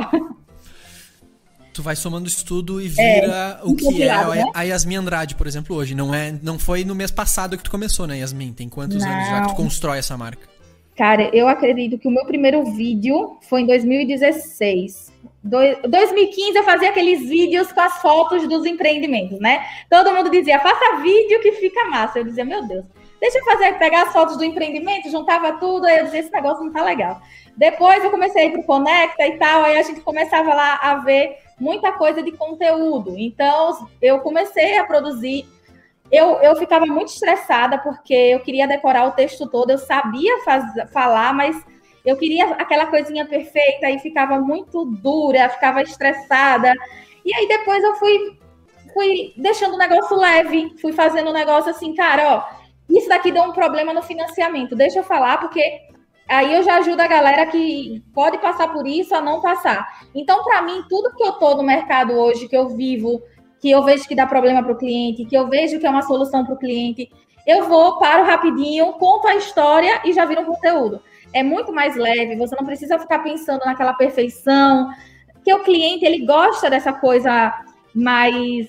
S2: Tu vai somando isso tudo e vira o que
S6: né?
S2: A Yasmin Andrade, por exemplo, hoje. Não foi no mês passado que tu começou, né, Yasmin? Tem quantos anos já que tu constrói essa marca?
S6: Cara, eu acredito que o meu primeiro vídeo foi em 2016. 2015 eu fazia aqueles vídeos com as fotos dos empreendimentos, né? Todo mundo dizia, faça vídeo que fica massa. Eu dizia, meu Deus, deixa eu pegar as fotos do empreendimento, juntava tudo, aí eu dizia, esse negócio não tá legal. Depois eu comecei a ir pro Conecta e tal, aí a gente começava lá a ver muita coisa de conteúdo. Então, eu comecei a produzir. Eu ficava muito estressada, porque eu queria decorar o texto todo, eu sabia falar, mas eu queria aquela coisinha perfeita e ficava muito dura, ficava estressada. E aí depois eu fui deixando o negócio leve, fui fazendo um negócio assim, cara, ó, isso daqui deu um problema no financiamento, deixa eu falar, porque aí eu já ajudo a galera que pode passar por isso a não passar. Então, para mim, tudo que eu tô no mercado hoje, que eu vivo, que eu vejo que dá problema para o cliente, que eu vejo que é uma solução para o cliente, eu paro rapidinho, conto a história e já vira um conteúdo. É muito mais leve, você não precisa ficar pensando naquela perfeição, que o cliente, ele gosta dessa coisa mais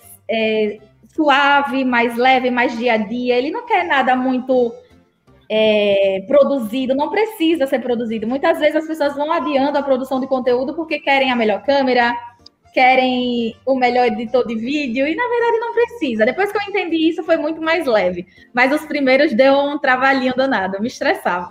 S6: suave, mais leve, mais dia a dia, ele não quer nada muito produzido, não precisa ser produzido. Muitas vezes as pessoas vão adiando a produção de conteúdo porque querem a melhor câmera, querem o melhor editor de vídeo, e na verdade não precisa. Depois que eu entendi isso, foi muito mais leve. Mas os primeiros deu um trabalhinho danado, eu me estressava.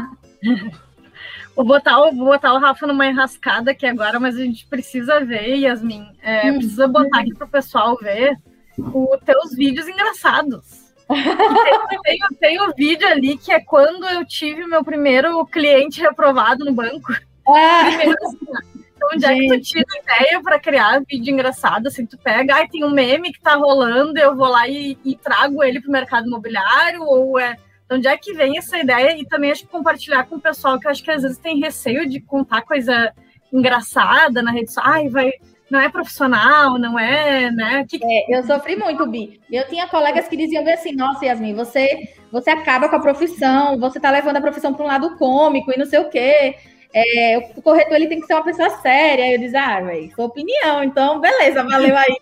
S3: Vou botar o Rafa numa enrascada aqui agora, mas a gente precisa ver, Yasmin. Precisa botar aqui pro pessoal ver os teus vídeos engraçados. Tem um vídeo ali que é quando eu tive o meu primeiro cliente reprovado no banco. Primeiro, então, onde é que tu tira ideia para criar vídeo engraçado? Assim, tu pega, tem um meme que tá rolando, eu vou lá e trago ele pro mercado imobiliário, ou de onde é que vem essa ideia? E também acho que compartilhar com o pessoal que eu acho que às vezes tem receio de contar coisa engraçada na rede social. Não é profissional, não é, né?
S6: Eu sofri muito, Bi. Eu tinha colegas que diziam assim, nossa, Yasmin, você acaba com a profissão, você tá levando a profissão para um lado cômico e não sei o quê. O corretor, ele tem que ser uma pessoa séria. Aí eu dizia, velho, sua opinião. Então, beleza, valeu aí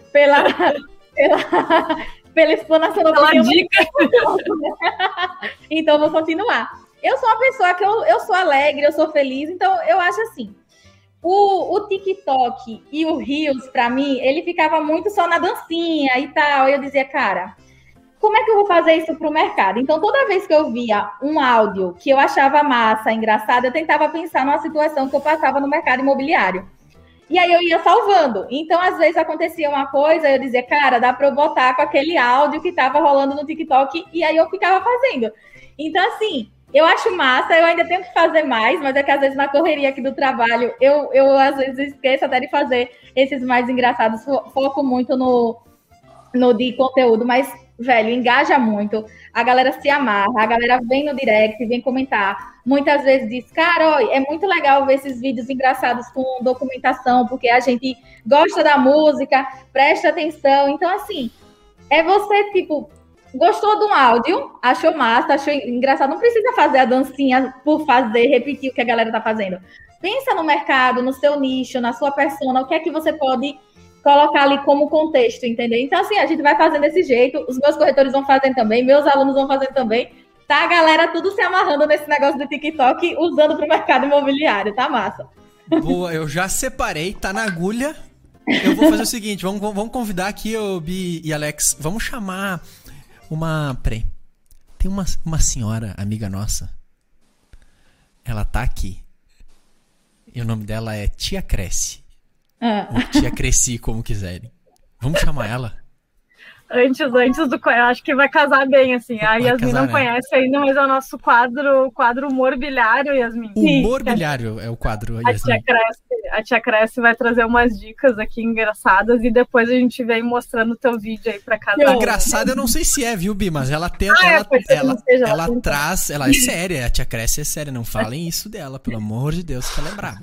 S6: pela explanação da opinião.
S3: Dica.
S6: Então, vou continuar. Eu sou uma pessoa que eu sou alegre, eu sou feliz, então eu acho assim, o TikTok e o Reels, pra mim, ele ficava muito só na dancinha e tal. Eu dizia, cara, como é que eu vou fazer isso pro mercado? Então, toda vez que eu via um áudio que eu achava massa, engraçado, eu tentava pensar numa situação que eu passava no mercado imobiliário. E aí eu ia salvando. Então, às vezes acontecia uma coisa, eu dizia, cara, dá para eu botar com aquele áudio que estava rolando no TikTok, e aí eu ficava fazendo. Então, assim, eu acho massa, eu ainda tenho que fazer mais, mas é que às vezes na correria aqui do trabalho, eu às vezes esqueço até de fazer esses mais engraçados, foco muito no de conteúdo, mas, velho, engaja muito, a galera se amarra, a galera vem no direct, vem comentar, muitas vezes diz, cara, é muito legal ver esses vídeos engraçados com documentação, porque a gente gosta da música, presta atenção, então, assim, é você, tipo, gostou de um áudio, achou massa, achou engraçado, não precisa fazer a dancinha por fazer, repetir o que a galera tá fazendo, pensa no mercado, no seu nicho, na sua persona, o que é que você pode colocar ali como contexto, entendeu? Então, assim, a gente vai fazendo desse jeito, os meus corretores vão fazendo também, meus alunos vão fazendo também, tá a galera tudo se amarrando nesse negócio do TikTok, usando pro mercado imobiliário, tá massa.
S2: Boa, eu já separei, tá na agulha. Eu vou fazer o seguinte, vamos convidar aqui o Bi e Alex, vamos chamar peraí, tem uma senhora, amiga nossa, ela tá aqui, e o nome dela é Tia Cresce. Ou Tia Cresci, como quiserem. Vamos chamar ela?
S3: Antes eu acho que vai casar bem, assim. A Yasmin não conhece ainda, mas é o nosso quadro Humor Bilhário, Yasmin.
S2: Humor Bilhário é o quadro, Yasmin.
S3: A Tia Cresce vai trazer umas dicas aqui engraçadas e depois a gente vem mostrando o teu vídeo aí pra casar.
S2: Engraçado eu não sei se é, viu, Bi? Mas ela tem... ela traz... Ela é séria, a Tia Cresce é séria. Não falem isso dela, pelo amor de Deus, que ela é braba.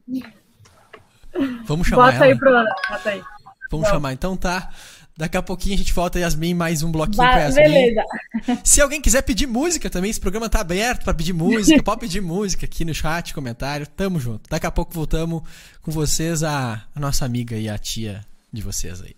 S2: Vamos chamar
S3: Bota
S2: ela.
S3: Bota aí.
S2: Vamos chamar, então tá. Daqui a pouquinho a gente volta, Yasmin, mais um bloquinho pra Yasmin.
S6: Beleza.
S2: Se alguém quiser pedir música também, esse programa tá aberto pra pedir música. Pode pedir música aqui no chat, comentário. Tamo junto. Daqui a pouco voltamos com vocês, a nossa amiga e a tia de vocês aí.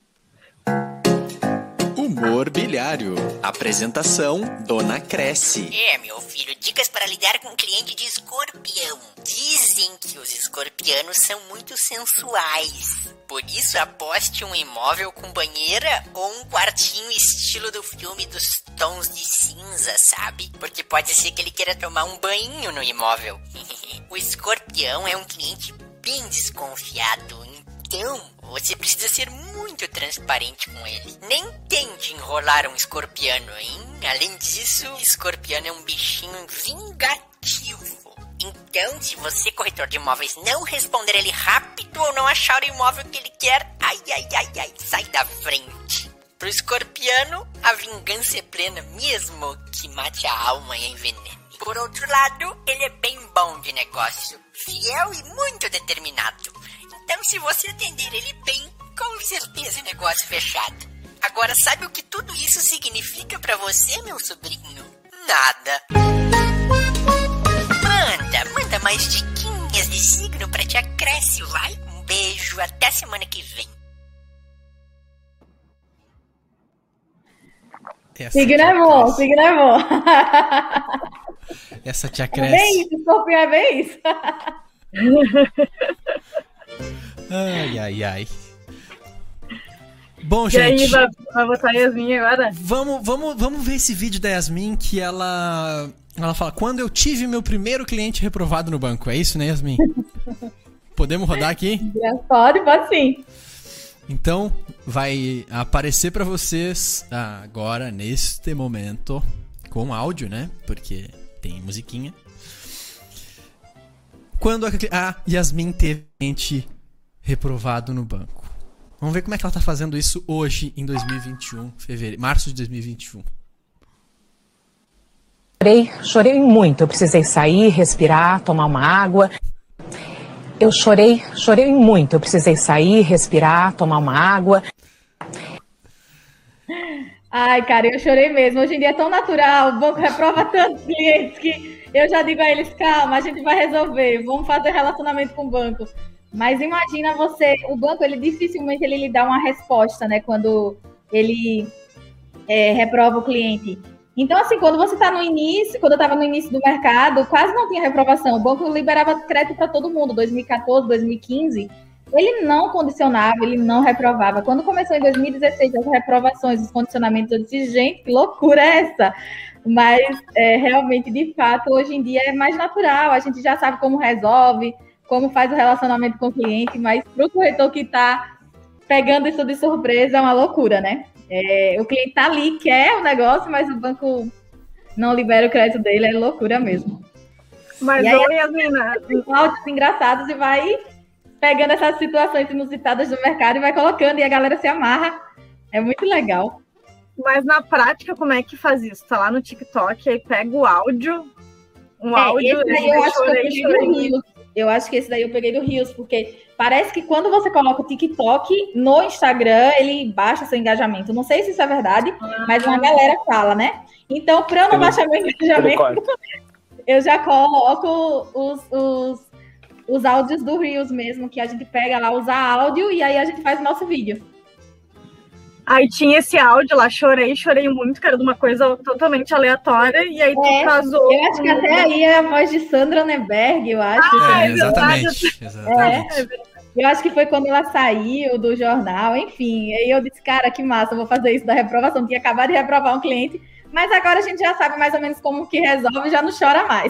S1: Humor Bilhário. Apresentação, Dona Cresce.
S7: Meu filho, dicas para lidar com um cliente de escorpião. Dizem que os escorpianos são muito sensuais. Por isso, aposte um imóvel com banheira ou um quartinho estilo do filme dos tons de cinza, sabe? Porque pode ser que ele queira tomar um banho no imóvel. O escorpião é um cliente bem desconfiado, então você precisa ser muito transparente com ele. Nem tente enrolar um escorpiano, hein? Além disso, escorpiano é um bichinho vingativo. Então, se você, corretor de imóveis, não responder ele rápido ou não achar o imóvel que ele quer, ai, sai da frente. Pro escorpiano, a vingança é plena, mesmo que mate a alma e envenene. Por outro lado, ele é bem bom de negócio, fiel e muito determinado. Então, se você atender ele bem, com certeza é negócio fechado. Agora, sabe o que tudo isso significa pra você, meu sobrinho? Nada. Manda mais diquinhas de signo pra Tia Cresce, vai? Um beijo, até semana que vem.
S6: Signo é bom.
S2: Essa Tia Cresce.
S6: É bem isso, escorpião é bem isso.
S2: Ai. Bom,
S3: E
S2: gente,
S3: aí, vai botar a Yasmin agora?
S2: vamos ver esse vídeo da Yasmin que ela fala, quando eu tive meu primeiro cliente reprovado no banco. É isso, né, Yasmin? Podemos rodar aqui?
S6: Pode sim.
S2: Então, vai aparecer pra vocês agora, neste momento, com áudio, né? Porque tem musiquinha. Quando a Yasmin teve cliente reprovado no banco. Vamos ver como é que ela tá fazendo isso hoje, em 2021, março de 2021.
S8: Chorei muito. Eu precisei sair, respirar, tomar uma água. Eu chorei muito. Eu precisei sair, respirar, tomar uma água.
S6: Ai, cara, eu chorei mesmo. Hoje em dia é tão natural, o banco reprova tantos clientes que eu já digo a eles, calma, a gente vai resolver, vamos fazer relacionamento com o banco. Mas imagina o banco, ele dificilmente ele lhe dá uma resposta, né, quando ele reprova o cliente. Então, assim, quando você está no início, quando eu estava no início do mercado, quase não tinha reprovação. O banco liberava crédito para todo mundo, 2014, 2015. Ele não condicionava, ele não reprovava. Quando começou em 2016 as reprovações, os condicionamentos, eu disse, gente, que loucura é essa? Mas, realmente, de fato, hoje em dia é mais natural. A gente já sabe como resolve, como faz o relacionamento com o cliente, mas para o corretor que está pegando isso de surpresa é uma loucura, né? O cliente está ali, quer o negócio, mas o banco não libera o crédito dele, é loucura mesmo.
S3: Mas,
S6: e aí,
S3: Yasmina,
S6: áudios engraçados e vai pegando essas situações inusitadas do mercado e vai colocando, e a galera se amarra. É muito legal.
S3: Mas na prática, como é que faz isso? Tá lá no TikTok, aí pega o áudio, áudio...
S6: Esse daí eu acho que eu peguei do Rios. Eu acho que esse daí eu peguei do Rios, porque parece que quando você coloca o TikTok no Instagram, ele baixa seu engajamento. Não sei se isso é verdade, mas uma galera fala, né? Então, para eu não baixar meu engajamento, eu já coloco os áudios do Reels mesmo, que a gente pega lá, usa áudio, e aí a gente faz o nosso vídeo.
S3: Aí tinha esse áudio lá, chorei muito, cara, de uma coisa totalmente aleatória, e aí tu casou.
S6: Eu acho que até aí é a voz de Sandra Neberg, eu acho.
S2: Exatamente.
S6: Eu acho que foi quando ela saiu do jornal, enfim. Aí eu disse, cara, que massa, eu vou fazer isso da reprovação. Tinha acabado de reprovar um cliente, mas agora a gente já sabe mais ou menos como que resolve, já não chora mais.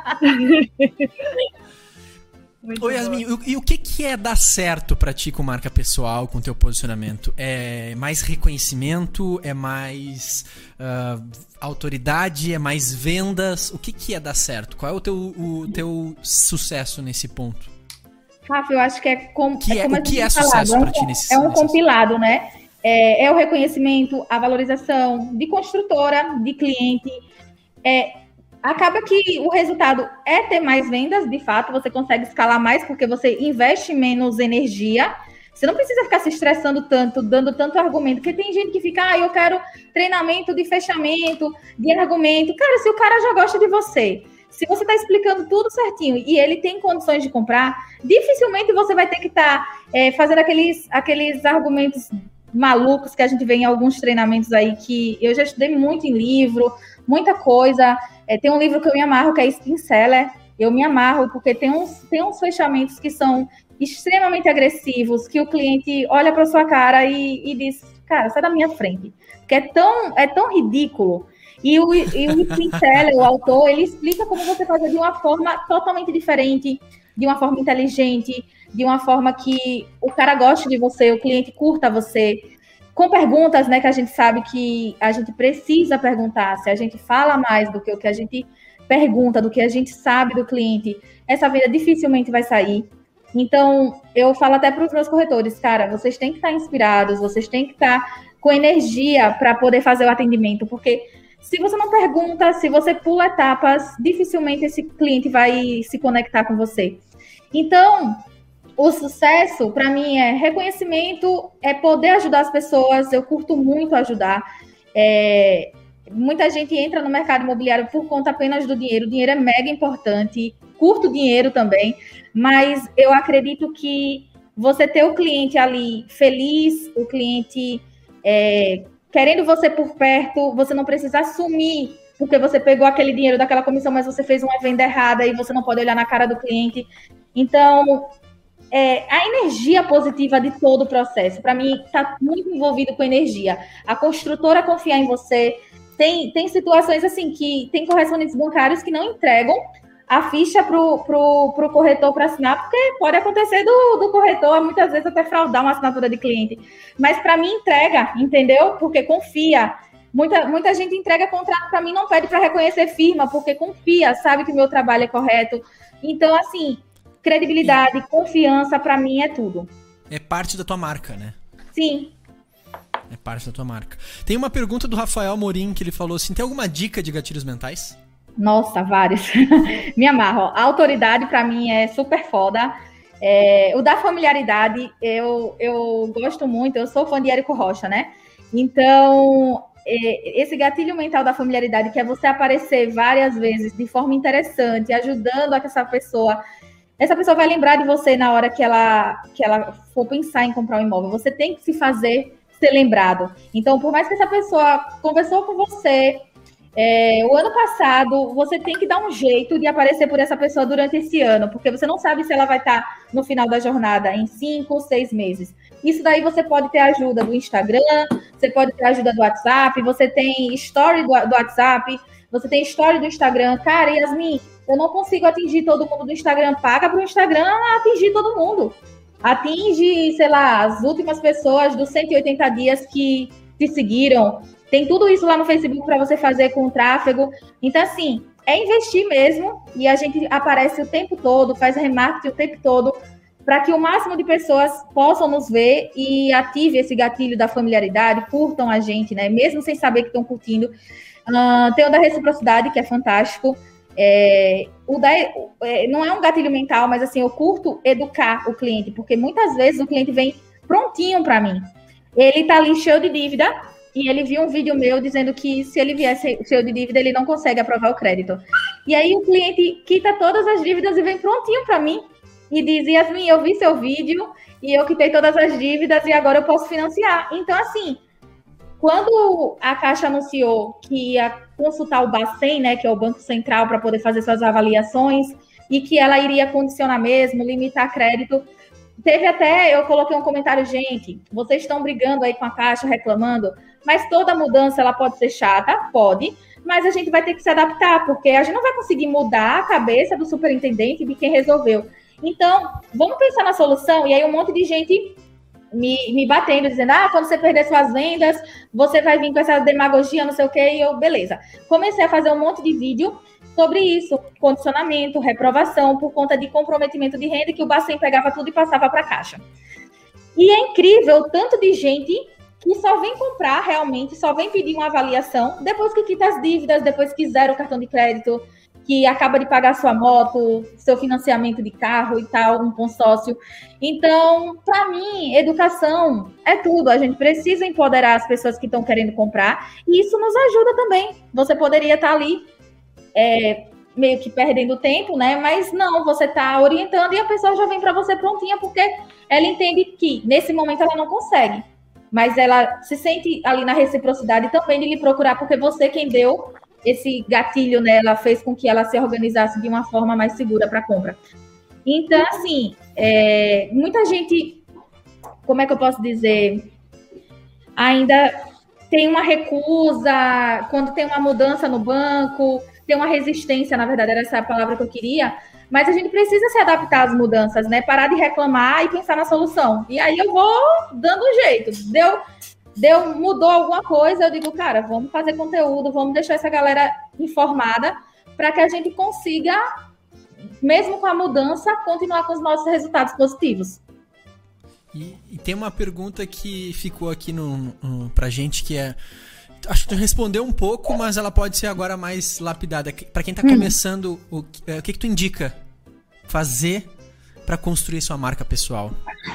S2: Ô Yasmin, e o que é dar certo pra ti com marca pessoal, com teu posicionamento? É mais reconhecimento? É mais autoridade? É mais vendas? O que é dar certo? Qual é o teu sucesso nesse ponto?
S6: Rafa, eu acho que o
S2: que é sucesso pra ti nesse
S6: É um compilado, né? É o reconhecimento, a valorização de construtora, de cliente. Acaba que o resultado é ter mais vendas, de fato, você consegue escalar mais porque você investe menos energia. Você não precisa ficar se estressando tanto, dando tanto argumento, porque tem gente que fica, eu quero treinamento de fechamento, de argumento. Cara, se o cara já gosta de você, se você está explicando tudo certinho e ele tem condições de comprar, dificilmente você vai ter que estar fazendo aqueles argumentos malucos que a gente vê em alguns treinamentos aí, que eu já estudei muito em livro, muita coisa. Tem um livro que eu me amarro, que é Spin Seller. Eu me amarro porque tem uns fechamentos que são extremamente agressivos, que o cliente olha para sua cara e diz, cara, sai da minha frente. Porque é tão ridículo. E o Spin Seller, o autor, ele explica como você fazer de uma forma totalmente diferente, de uma forma inteligente, de uma forma que o cara goste de você, o cliente curta você, com perguntas, né, que a gente sabe que a gente precisa perguntar. Se a gente fala mais do que o que a gente pergunta, do que a gente sabe do cliente, essa venda dificilmente vai sair. Então, eu falo até para os meus corretores, cara, vocês têm que estar inspirados, vocês têm que estar com energia para poder fazer o atendimento, porque se você não pergunta, se você pula etapas, dificilmente esse cliente vai se conectar com você. Então, o sucesso, para mim, é reconhecimento, é poder ajudar as pessoas. Eu curto muito ajudar. Muita gente entra no mercado imobiliário por conta apenas do dinheiro. O dinheiro é mega importante. Curto dinheiro também. Mas eu acredito que você ter o cliente ali feliz, o cliente querendo você por perto, você não precisa assumir porque você pegou aquele dinheiro daquela comissão, mas você fez uma venda errada e você não pode olhar na cara do cliente. Então, a energia positiva de todo o processo. Para mim, está muito envolvido com energia. A construtora confiar em você. Tem situações assim que tem correspondentes bancários que não entregam a ficha pro corretor para assinar, porque pode acontecer do corretor, muitas vezes até fraudar uma assinatura de cliente. Mas para mim entrega, entendeu? Porque confia. Muita gente entrega contrato para mim, não pede para reconhecer firma, porque confia, sabe que o meu trabalho é correto. Então, assim, credibilidade, confiança, para mim é tudo.
S2: É parte da tua marca, né?
S6: Sim.
S2: É parte da tua marca. Tem uma pergunta do Rafael Morim, que ele falou assim, tem alguma dica de gatilhos mentais?
S6: Nossa, vários. Me amarro. A autoridade, para mim, é super foda. O da familiaridade, eu gosto muito. Eu sou fã de Érico Rocha, né? Então, esse gatilho mental da familiaridade, que é você aparecer várias vezes de forma interessante, ajudando a que essa pessoa vai lembrar de você na hora que ela for pensar em comprar um imóvel. Você tem que se fazer ser lembrado. Então, por mais que essa pessoa conversou com você o ano passado, você tem que dar um jeito de aparecer por essa pessoa durante esse ano, porque você não sabe se ela vai estar no final da jornada em 5 ou 6 meses. Isso daí você pode ter ajuda do Instagram, você pode ter ajuda do WhatsApp, você tem story do WhatsApp, você tem story do Instagram. Cara, Yasmin, eu não consigo atingir todo mundo do Instagram. Paga para o Instagram atingir todo mundo. Atinge, sei lá, as últimas pessoas dos 180 dias que te seguiram. Tem tudo isso lá no Facebook para você fazer com o tráfego. Então, assim, é investir mesmo. E a gente aparece o tempo todo, faz remarketing o tempo todo, para que o máximo de pessoas possam nos ver e ative esse gatilho da familiaridade, curtam a gente, né? Mesmo sem saber que estão curtindo. Tem o da reciprocidade, que é fantástico. Não é um gatilho mental, mas assim, eu curto educar o cliente, porque muitas vezes o cliente vem prontinho para mim. Ele tá ali cheio de dívida e ele viu um vídeo meu dizendo que se ele viesse cheio de dívida, ele não consegue aprovar o crédito. E aí o cliente quita todas as dívidas e vem prontinho para mim e diz: Yasmin, eu vi seu vídeo e eu quitei todas as dívidas e agora eu posso financiar. Então, assim, quando a Caixa anunciou que ia consultar o Bacen, né, que é o Banco Central, para poder fazer suas avaliações, e que ela iria condicionar mesmo, limitar crédito, teve até, eu coloquei um comentário: gente, vocês estão brigando aí com a Caixa, reclamando, mas toda mudança ela pode ser chata, pode, mas a gente vai ter que se adaptar, porque a gente não vai conseguir mudar a cabeça do superintendente de quem resolveu. Então, vamos pensar na solução. E aí um monte de gente me batendo, dizendo: quando você perder suas vendas, você vai vir com essa demagogia, não sei o quê. E eu, beleza. Comecei a fazer um monte de vídeo sobre isso, condicionamento, reprovação, por conta de comprometimento de renda, que o Bacen pegava tudo e passava para a Caixa. E é incrível o tanto de gente que só vem comprar realmente, só vem pedir uma avaliação depois que quita as dívidas, depois que zera o cartão de crédito, que acaba de pagar sua moto, seu financiamento de carro e tal, um consórcio. Então, para mim, educação é tudo. A gente precisa empoderar as pessoas que estão querendo comprar e isso nos ajuda também. Você poderia estar ali meio que perdendo tempo, né? Mas não, você está orientando e a pessoa já vem para você prontinha, porque ela entende que nesse momento ela não consegue. Mas ela se sente ali na reciprocidade também de lhe procurar, porque você quem deu esse gatilho nela, fez com que ela se organizasse de uma forma mais segura para a compra. Então, assim, muita gente, como é que eu posso dizer, ainda tem uma recusa, quando tem uma mudança no banco, tem uma resistência, na verdade, era essa a palavra que eu queria, mas a gente precisa se adaptar às mudanças, né? Parar de reclamar e pensar na solução. E aí eu vou dando um jeito. Mudou alguma coisa, eu digo: cara, vamos fazer conteúdo, vamos deixar essa galera informada para que a gente consiga, mesmo com a mudança, continuar com os nossos resultados positivos.
S2: E tem uma pergunta que ficou aqui pra gente, que acho que tu respondeu um pouco, mas ela pode ser agora mais lapidada. Para quem tá começando, o que tu indica fazer para construir sua marca pessoal?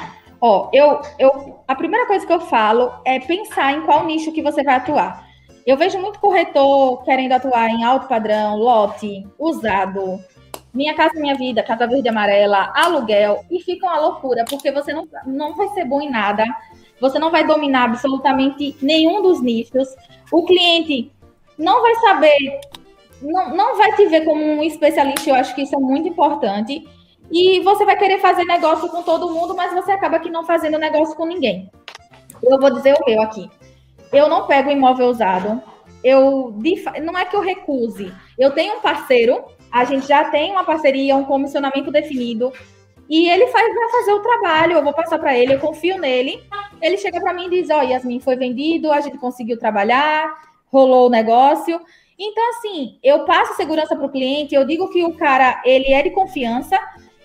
S6: A primeira coisa que eu falo é pensar em qual nicho que você vai atuar. Eu vejo muito corretor querendo atuar em alto padrão, lote, usado, Minha Casa Minha Vida, Casa Verde e Amarela, aluguel, e fica uma loucura, porque você não vai ser bom em nada, você não vai dominar absolutamente nenhum dos nichos, o cliente não vai saber, não vai te ver como um especialista. Eu acho que isso é muito importante. e você vai querer fazer negócio com todo mundo, mas você acaba que não fazendo negócio com ninguém. Eu vou dizer o meu aqui. Eu não pego imóvel usado. Não é que eu recuse. Eu tenho um parceiro, a gente já tem uma parceria, um comissionamento definido, e ele vai fazer o trabalho, eu vou passar para ele, eu confio nele. Ele chega para mim e diz, Yasmin, foi vendido, a gente conseguiu trabalhar, rolou o negócio. Então, assim, eu passo segurança para o cliente, eu digo que o cara, ele é de confiança,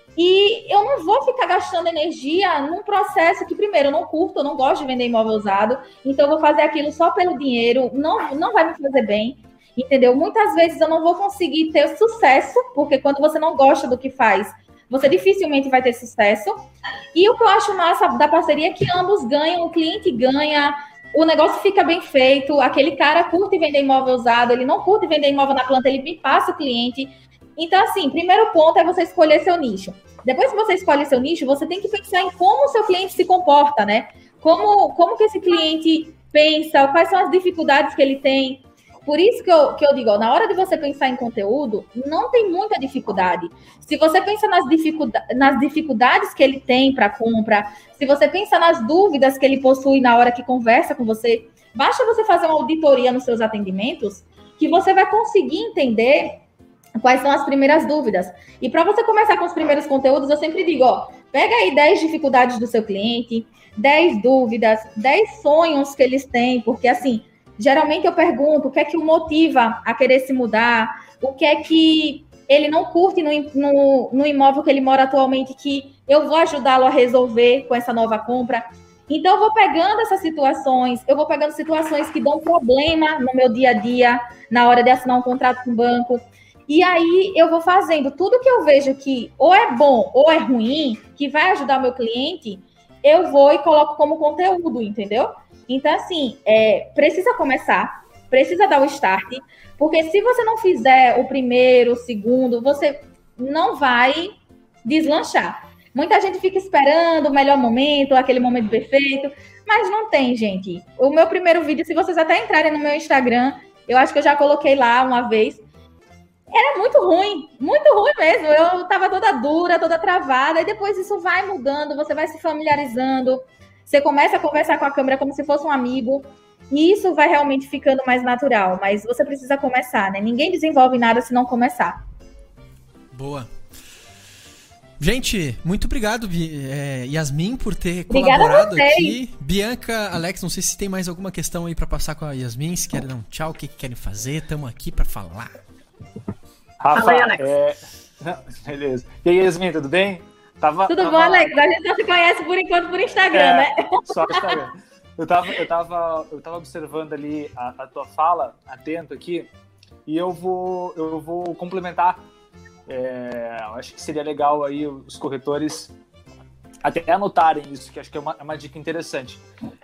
S6: e eu não vou ficar gastando energia num processo que, primeiro, eu não curto, eu não gosto de vender imóvel usado, então eu vou fazer aquilo só pelo dinheiro, não vai me fazer bem, entendeu? Muitas vezes eu não vou conseguir ter sucesso, porque quando você não gosta do que faz, você dificilmente vai ter sucesso. E o que eu acho massa da parceria é que ambos ganham, o cliente ganha, o negócio fica bem feito, aquele cara curte vender imóvel usado, ele não curte vender imóvel na planta, ele me passa o cliente. Então, assim, primeiro ponto é você escolher seu nicho. Depois que você escolhe seu nicho, você tem que pensar em como o seu cliente se comporta, né? Como que esse cliente pensa, quais são as dificuldades que ele tem. Por isso que eu digo, na hora de você pensar em conteúdo, não tem muita dificuldade. Se você pensa nas dificuldades que ele tem para compra, se você pensa nas dúvidas que ele possui na hora que conversa com você, basta você fazer uma auditoria nos seus atendimentos que você vai conseguir entender quais são as primeiras dúvidas. E para você começar com os primeiros conteúdos, eu sempre digo, pega aí 10 dificuldades do seu cliente, 10 dúvidas, 10 sonhos que eles têm, porque assim, geralmente eu pergunto o que é que o motiva a querer se mudar, o que é que ele não curte no imóvel que ele mora atualmente, que eu vou ajudá-lo a resolver com essa nova compra. Então, eu vou pegando essas situações, eu vou pegando situações que dão problema no meu dia a dia, na hora de assinar um contrato com o banco. E aí, eu vou fazendo tudo que eu vejo que ou é bom ou é ruim, que vai ajudar o meu cliente, eu vou e coloco como conteúdo, entendeu? Então, assim, precisa começar, precisa dar o start, porque se você não fizer o primeiro, o segundo, você não vai deslanchar. Muita gente fica esperando o melhor momento, aquele momento perfeito, mas não tem, gente. O meu primeiro vídeo, se vocês até entrarem no meu Instagram, eu acho que eu já coloquei lá uma vez, era muito ruim mesmo. Eu tava toda dura, toda travada, e depois isso vai mudando, você vai se familiarizando, você começa a conversar com a câmera como se fosse um amigo, e isso vai realmente ficando mais natural, mas você precisa começar, né? Ninguém desenvolve nada se não começar.
S2: Boa. Gente, muito obrigado, Yasmin, por ter colaborado aqui. Bianca, Alex, não sei se tem mais alguma questão aí pra passar com a Yasmin, se querem dar um tchau, o que querem fazer, estamos aqui pra falar.
S4: Rafa,
S3: Fala aí, Alex.
S4: Beleza. E aí, Yasmin, tudo bem?
S6: Tudo bom, Alex? A gente só se conhece por enquanto por Instagram, né?
S4: Só Instagram. Eu tava observando ali a tua fala, atento aqui, e eu vou complementar. Eu acho que seria legal aí os corretores até anotarem isso, que acho que é uma dica interessante.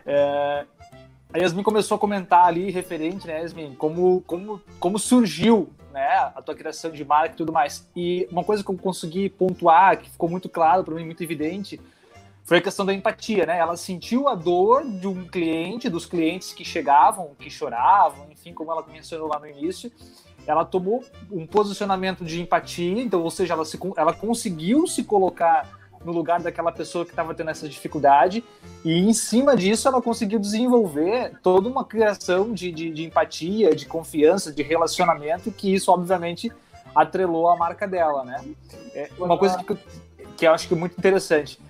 S4: A Yasmin começou a comentar ali, referente, né, Yasmin, como surgiu, né, a tua criação de marca e tudo mais. E uma coisa que eu consegui pontuar, que ficou muito claro para mim, muito evidente, foi a questão da empatia, né? Ela sentiu a dor de um cliente, dos clientes que chegavam, que choravam, enfim, como ela mencionou lá no início. Ela tomou um posicionamento de empatia, então, ou seja, ela conseguiu se colocar no lugar daquela pessoa que estava tendo essa dificuldade, e em cima disso ela conseguiu desenvolver toda uma criação de empatia, de confiança, de relacionamento, que isso obviamente atrelou a marca dela, né? Uma coisa que eu acho que é muito interessante,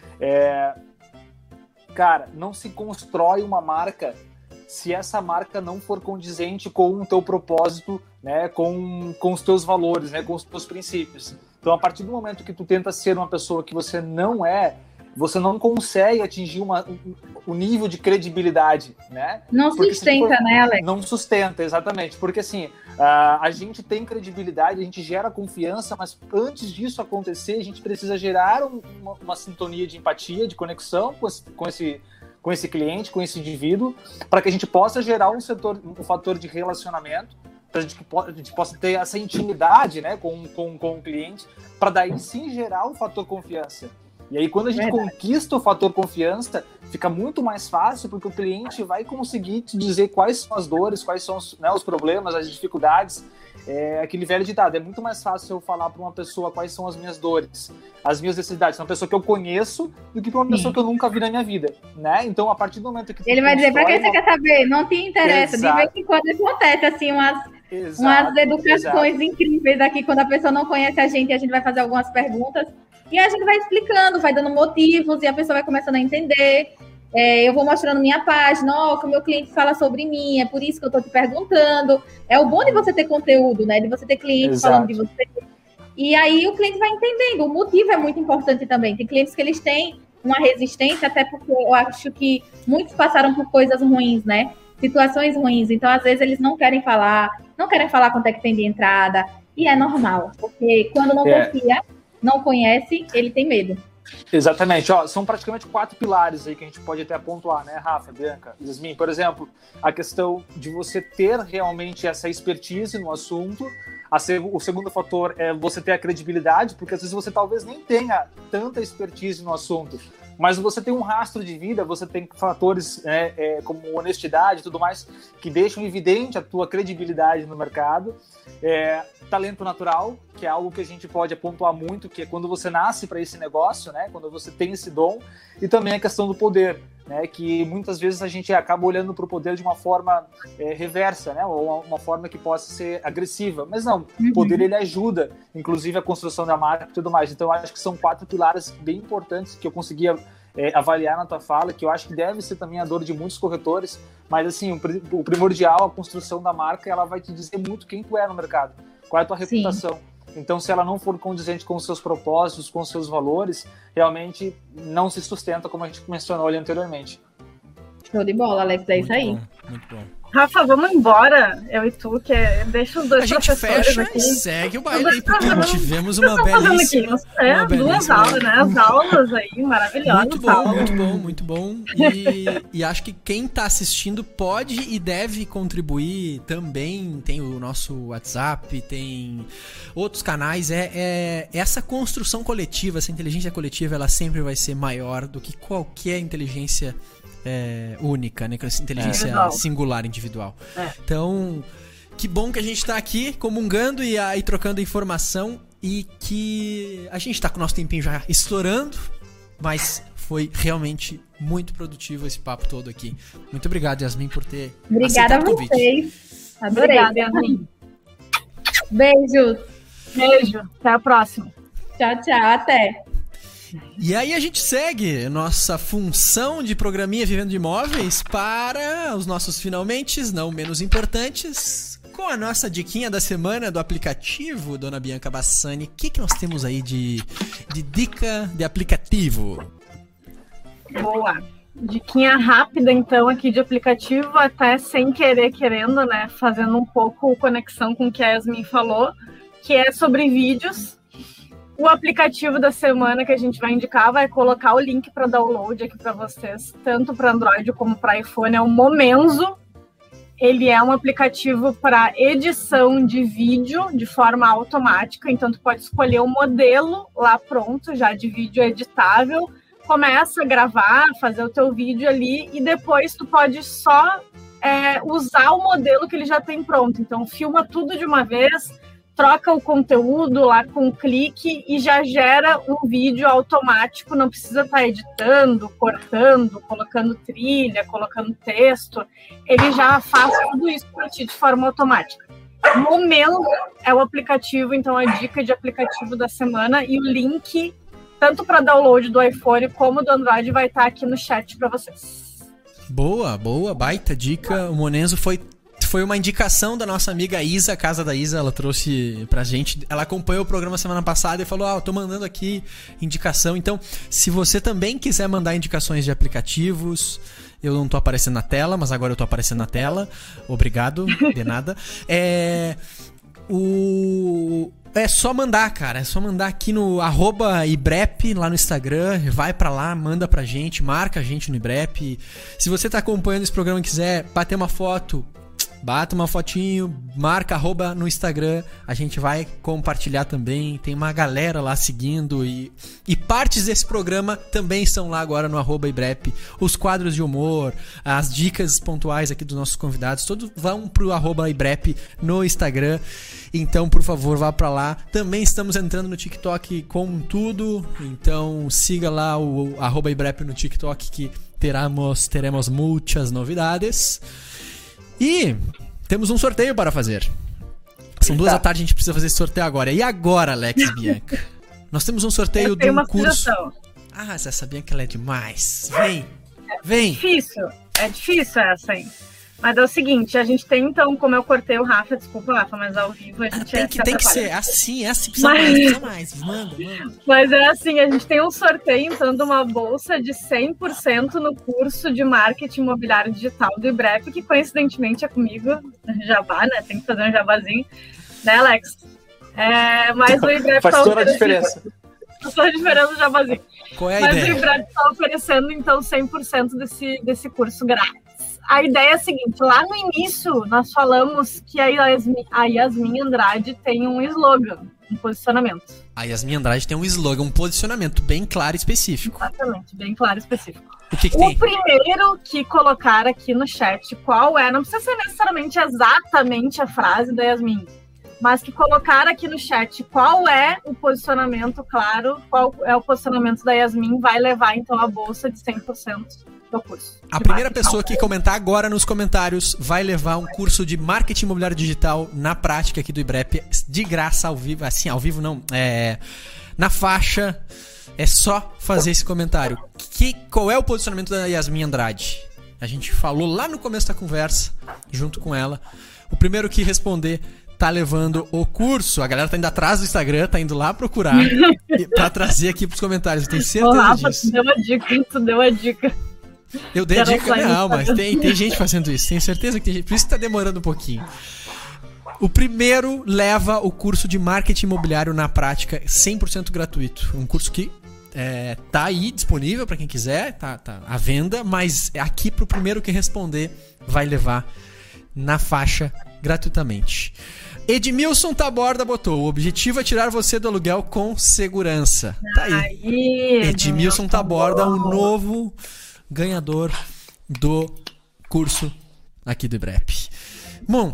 S4: cara, não se constrói uma marca se essa marca não for condizente com o teu propósito, né, com os teus valores, né, com os teus princípios. Então, a partir do momento que tu tenta ser uma pessoa que você não é, você não consegue atingir o nível de credibilidade, né?
S6: Não sustenta, né, Alex?
S4: Não sustenta, exatamente. Porque, assim, a gente tem credibilidade, a gente gera confiança, mas antes disso acontecer, a gente precisa gerar uma sintonia de empatia, de conexão com esse cliente, com esse indivíduo, para que a gente possa gerar um fator de relacionamento, para a gente possa ter essa intimidade, né, com o cliente, para daí sim gerar o fator confiança. E aí, quando a gente conquista o fator confiança, fica muito mais fácil, porque o cliente vai conseguir te dizer quais são as dores, quais são os problemas, as dificuldades, é aquele velho ditado, é muito mais fácil eu falar para uma pessoa quais são as minhas dores, as minhas necessidades, uma pessoa que eu conheço, do que para uma pessoa que eu nunca vi na minha vida, né? Então, a partir do momento que...
S6: Ele vai dizer, para que você quer saber? Não te interessa.
S4: Exato.
S6: De vez em quando acontece, assim, umas educações incríveis aqui, quando a pessoa não conhece a gente vai fazer algumas perguntas, e a gente vai explicando, vai dando motivos, e a pessoa vai começando a entender. Eu vou mostrando minha página, que o meu cliente fala sobre mim, é por isso que eu tô te perguntando. É o bom de você ter conteúdo, né? De você ter clientes falando de você. E aí o cliente vai entendendo. O motivo é muito importante também. Tem clientes que eles têm uma resistência, até porque eu acho que muitos passaram por coisas ruins, né? Situações ruins. Então, às vezes, eles não querem falar quanto é que tem de entrada. E é normal, porque quando não confia, não conhece, ele tem medo.
S4: Exatamente, são praticamente 4 pilares aí que a gente pode até pontuar, né, Rafa, Bianca, Yasmin? Por exemplo, a questão de você ter realmente essa expertise no assunto. O segundo fator é você ter a credibilidade, porque às vezes você talvez nem tenha tanta expertise no assunto, mas você tem um rastro de vida, você tem fatores como honestidade e tudo mais, que deixam evidente a tua credibilidade no mercado. Talento natural, que é algo que a gente pode pontuar muito, que é quando você nasce para esse negócio, né? Quando você tem esse dom. E também a questão do poder, né? Que muitas vezes a gente acaba olhando para o poder de uma forma reversa, né? Ou uma forma que possa ser agressiva. Mas não, o poder ele ajuda, inclusive a construção da marca e tudo mais. Então, eu acho que são 4 pilares bem importantes que eu conseguia avaliar na tua fala, que eu acho que deve ser também a dor de muitos corretores, mas assim, o primordial, a construção da marca, ela vai te dizer muito quem tu é no mercado, qual é a tua reputação. Então, se ela não for condizente com os seus propósitos, com os seus valores, realmente não se sustenta, como a gente mencionou ali anteriormente.
S6: Show de bola, Alex, é isso aí.
S2: Muito bom.
S3: Rafa, vamos embora, eu e tu, que deixa os dois professores aqui. A gente fecha
S2: e segue o baile aí, porque tivemos uma belíssima...
S3: duas aulas, né? As aulas aí, maravilhosas.
S2: Muito bom. E acho que quem tá assistindo pode e deve contribuir também. Tem o nosso WhatsApp, tem outros canais. Essa construção coletiva, essa inteligência coletiva, ela sempre vai ser maior do que qualquer inteligência única, né? Inteligência singular, individual. Então, que bom que a gente tá aqui comungando e trocando informação, e que a gente tá com o nosso tempinho já estourando, mas foi realmente muito produtivo esse papo todo aqui. Muito obrigado, Yasmin, por ter aceitado o convite.
S6: Obrigada a vocês. Adorei.
S3: Obrigada, Yasmin.
S6: Beijo.
S3: Até a próxima.
S6: Tchau, até.
S2: E aí a gente segue nossa função de programinha Vivendo de Imóveis para os nossos finalmente, não menos importantes, com a nossa diquinha da semana do aplicativo, dona Bianca Bassani. O que nós temos aí de dica de aplicativo?
S3: Boa. Diquinha rápida, então, aqui de aplicativo, até sem querer, querendo, né? Fazendo um pouco conexão com o que a Yasmin falou, que é sobre vídeos. O aplicativo da semana que a gente vai indicar vai colocar o link para download aqui para vocês, tanto para Android como para iPhone, é o Momenzo. Ele é um aplicativo para edição de vídeo de forma automática, então tu pode escolher o modelo lá pronto, já de vídeo editável, começa a gravar, fazer o teu vídeo ali e depois tu pode só usar o modelo que ele já tem pronto. Então filma tudo de uma vez, troca o conteúdo lá com um clique e já gera um vídeo automático, não precisa estar editando, cortando, colocando trilha, colocando texto, ele já faz tudo isso para ti de forma automática. Momenzo é o aplicativo, então a dica de aplicativo da semana, e o link, tanto para download do iPhone como do Android, vai estar aqui no chat para vocês.
S2: Boa, baita dica. O Momenzo foi uma indicação da nossa amiga Isa, a casa da Isa, ela trouxe pra gente, ela acompanhou o programa semana passada e falou, eu tô mandando aqui indicação. Então, se você também quiser mandar indicações de aplicativos, eu não tô aparecendo na tela, mas agora eu tô aparecendo na tela, obrigado, de nada. É só mandar, cara, é só mandar aqui no @ibrep, lá no Instagram, vai pra lá, manda pra gente, marca a gente no Ibrep. Se você tá acompanhando esse programa e quiser bater uma foto, Bata uma fotinho, marca @ no Instagram, a gente vai compartilhar também, tem uma galera lá seguindo e partes desse programa também estão lá agora no @ibrep, os quadros de humor, as dicas pontuais aqui dos nossos convidados, todos vão pro @ibrep no Instagram, então por favor vá pra lá. Também estamos entrando no TikTok com tudo, então siga lá o @ibrep no TikTok que teremos muitas novidades. E temos um sorteio para fazer. São 2 da tarde, a gente precisa fazer esse sorteio agora. E agora, Alex Bianca? Nós temos um sorteio de um curso.
S3: Sugestão.
S2: Ah, essa Bianca ela é demais. Vem.
S3: É difícil essa, hein? Mas é o seguinte, a gente tem então, como eu cortei o Rafa, desculpa, Rafa, mas ao vivo a gente
S2: tem que ser assim, precisa mais. Manda.
S3: Mas é assim, a gente tem um sorteio, então, de uma bolsa de 100% no curso de marketing imobiliário digital do IBREP, que coincidentemente é comigo, jabá, né? Tem que fazer um jabazinho, né, Alex? Mas o IBREP
S4: faz toda a diferença.
S3: Faz toda a diferença do jabazinho.
S2: Qual é a
S3: Mas
S2: ideia?
S3: o IBREP está oferecendo, então, 100% desse curso grátis. A ideia é a seguinte, lá no início nós falamos que a Yasmin Andrade tem um slogan, um posicionamento.
S2: A Yasmin Andrade tem um slogan, um posicionamento bem claro e específico.
S3: Exatamente, bem claro e específico.
S2: O que tem?
S3: O primeiro que colocar aqui no chat qual não precisa ser necessariamente exatamente a frase da Yasmin, mas que colocar aqui no chat qual é o posicionamento claro, qual é o posicionamento da Yasmin, vai levar então a bolsa de 100% do curso.
S2: A primeira pessoa que comentar agora nos comentários vai levar um curso de marketing imobiliário digital na prática aqui do IBREP, de graça, ao vivo. Assim, ao vivo não, na faixa. É só fazer esse comentário. Qual é o posicionamento da Yasmin Andrade? A gente falou lá no começo da conversa, junto com ela. O primeiro que responder tá levando o curso. A galera tá indo atrás do Instagram, tá indo lá procurar pra trazer aqui pros comentários. Eu tenho certeza
S3: Rafa,
S2: disso.
S3: Tu deu a dica.
S2: Eu dei a dica, não, mas tem gente fazendo isso. Tenho certeza que tem gente. Por isso que tá demorando um pouquinho. O primeiro leva o curso de marketing imobiliário na prática 100% gratuito. Um curso que tá aí disponível para quem quiser, tá à venda, mas aqui pro primeiro que responder vai levar na faixa gratuitamente. Edmilson Taborda botou: o objetivo é tirar você do aluguel com segurança. Tá aí. Edmilson Taborda, o novo ganhador do curso aqui do IBREP. Bom,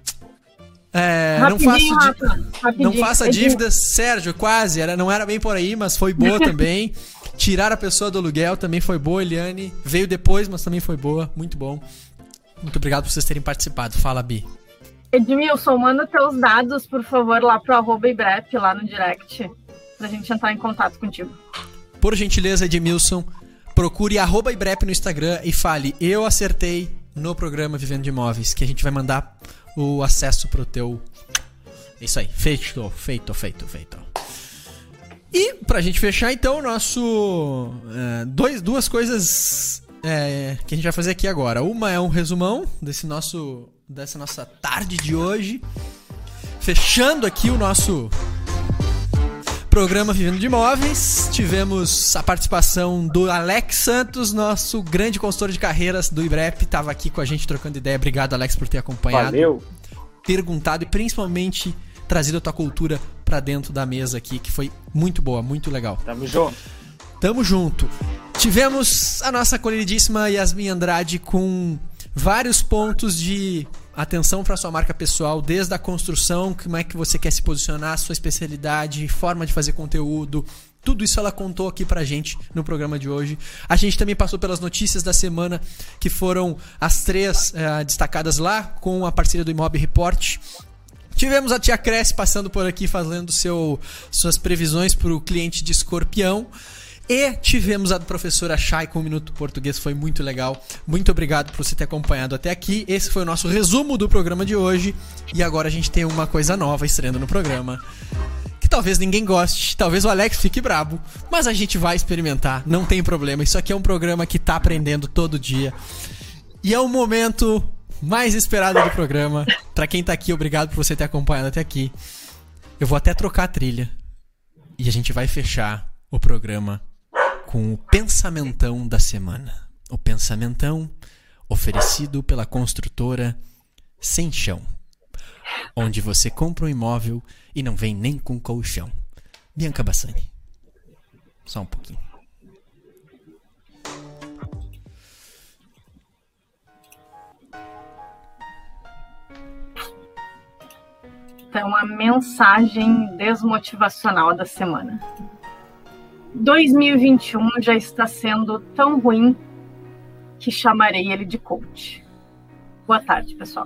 S2: não faça dívidas, Sérgio, quase, não era bem por aí, mas foi boa também. Tirar a pessoa do aluguel também foi boa, Eliane. Veio depois, mas também foi boa, muito bom. Muito obrigado por vocês terem participado. Fala, Bi.
S3: Edmilson, manda teus dados, por favor, lá pro @ibrep, lá no direct, pra gente entrar em contato contigo.
S2: Por gentileza, Edmilson, procure @ibrep no Instagram e fale: eu acertei no programa Vivendo de Imóveis, que a gente vai mandar o acesso pro teu... Isso aí, feito. E pra gente fechar, então, o nosso... duas coisas que a gente vai fazer aqui agora. Uma é um resumão dessa nossa tarde de hoje, fechando aqui o nosso programa Vivendo de Imóveis. Tivemos a participação do Alex Santos, nosso grande consultor de carreiras do IBREP, estava aqui com a gente trocando ideia. Obrigado, Alex, por ter acompanhado.
S4: Valeu.
S2: Perguntado e principalmente trazido a tua cultura pra dentro da mesa aqui, que foi muito boa, muito legal. Tamo junto. Tivemos a nossa queridíssima Yasmin Andrade com vários pontos de atenção para sua marca pessoal, desde a construção, como é que você quer se posicionar, sua especialidade, forma de fazer conteúdo. Tudo isso ela contou aqui pra gente no programa de hoje. A gente também passou pelas notícias da semana, que foram as 3 destacadas lá, com a parceria do Imob Report. Tivemos a tia Cresce passando por aqui, fazendo suas previsões para o cliente de Escorpião. E tivemos a professora Chay com o Minuto Português, foi muito legal. Muito obrigado por você ter acompanhado até aqui. Esse foi o nosso resumo do programa de hoje. E agora a gente tem uma coisa nova estreando no programa, que talvez ninguém goste, talvez o Alex fique brabo, mas a gente vai experimentar, não tem problema. Isso aqui é um programa que tá aprendendo todo dia. E é o momento mais esperado do programa. Pra quem tá aqui, obrigado por você ter acompanhado até aqui. Eu vou até trocar a trilha. E a gente vai fechar o programa com o pensamentão da semana. O pensamentão oferecido pela construtora Sem Chão, onde você compra um imóvel e não vem nem com colchão. Bianca Bassani. Só um pouquinho.
S3: Então, a mensagem desmotivacional da semana. 2021 já está sendo tão ruim que chamarei ele de coach. Boa tarde, pessoal.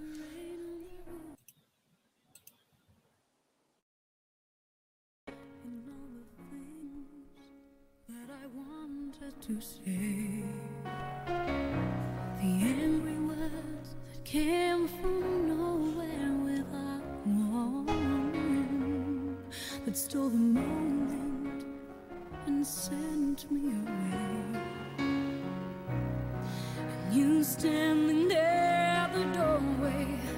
S9: To say the angry words that came from nowhere without warning, that stole the moment and sent me away. And you standing there at the doorway,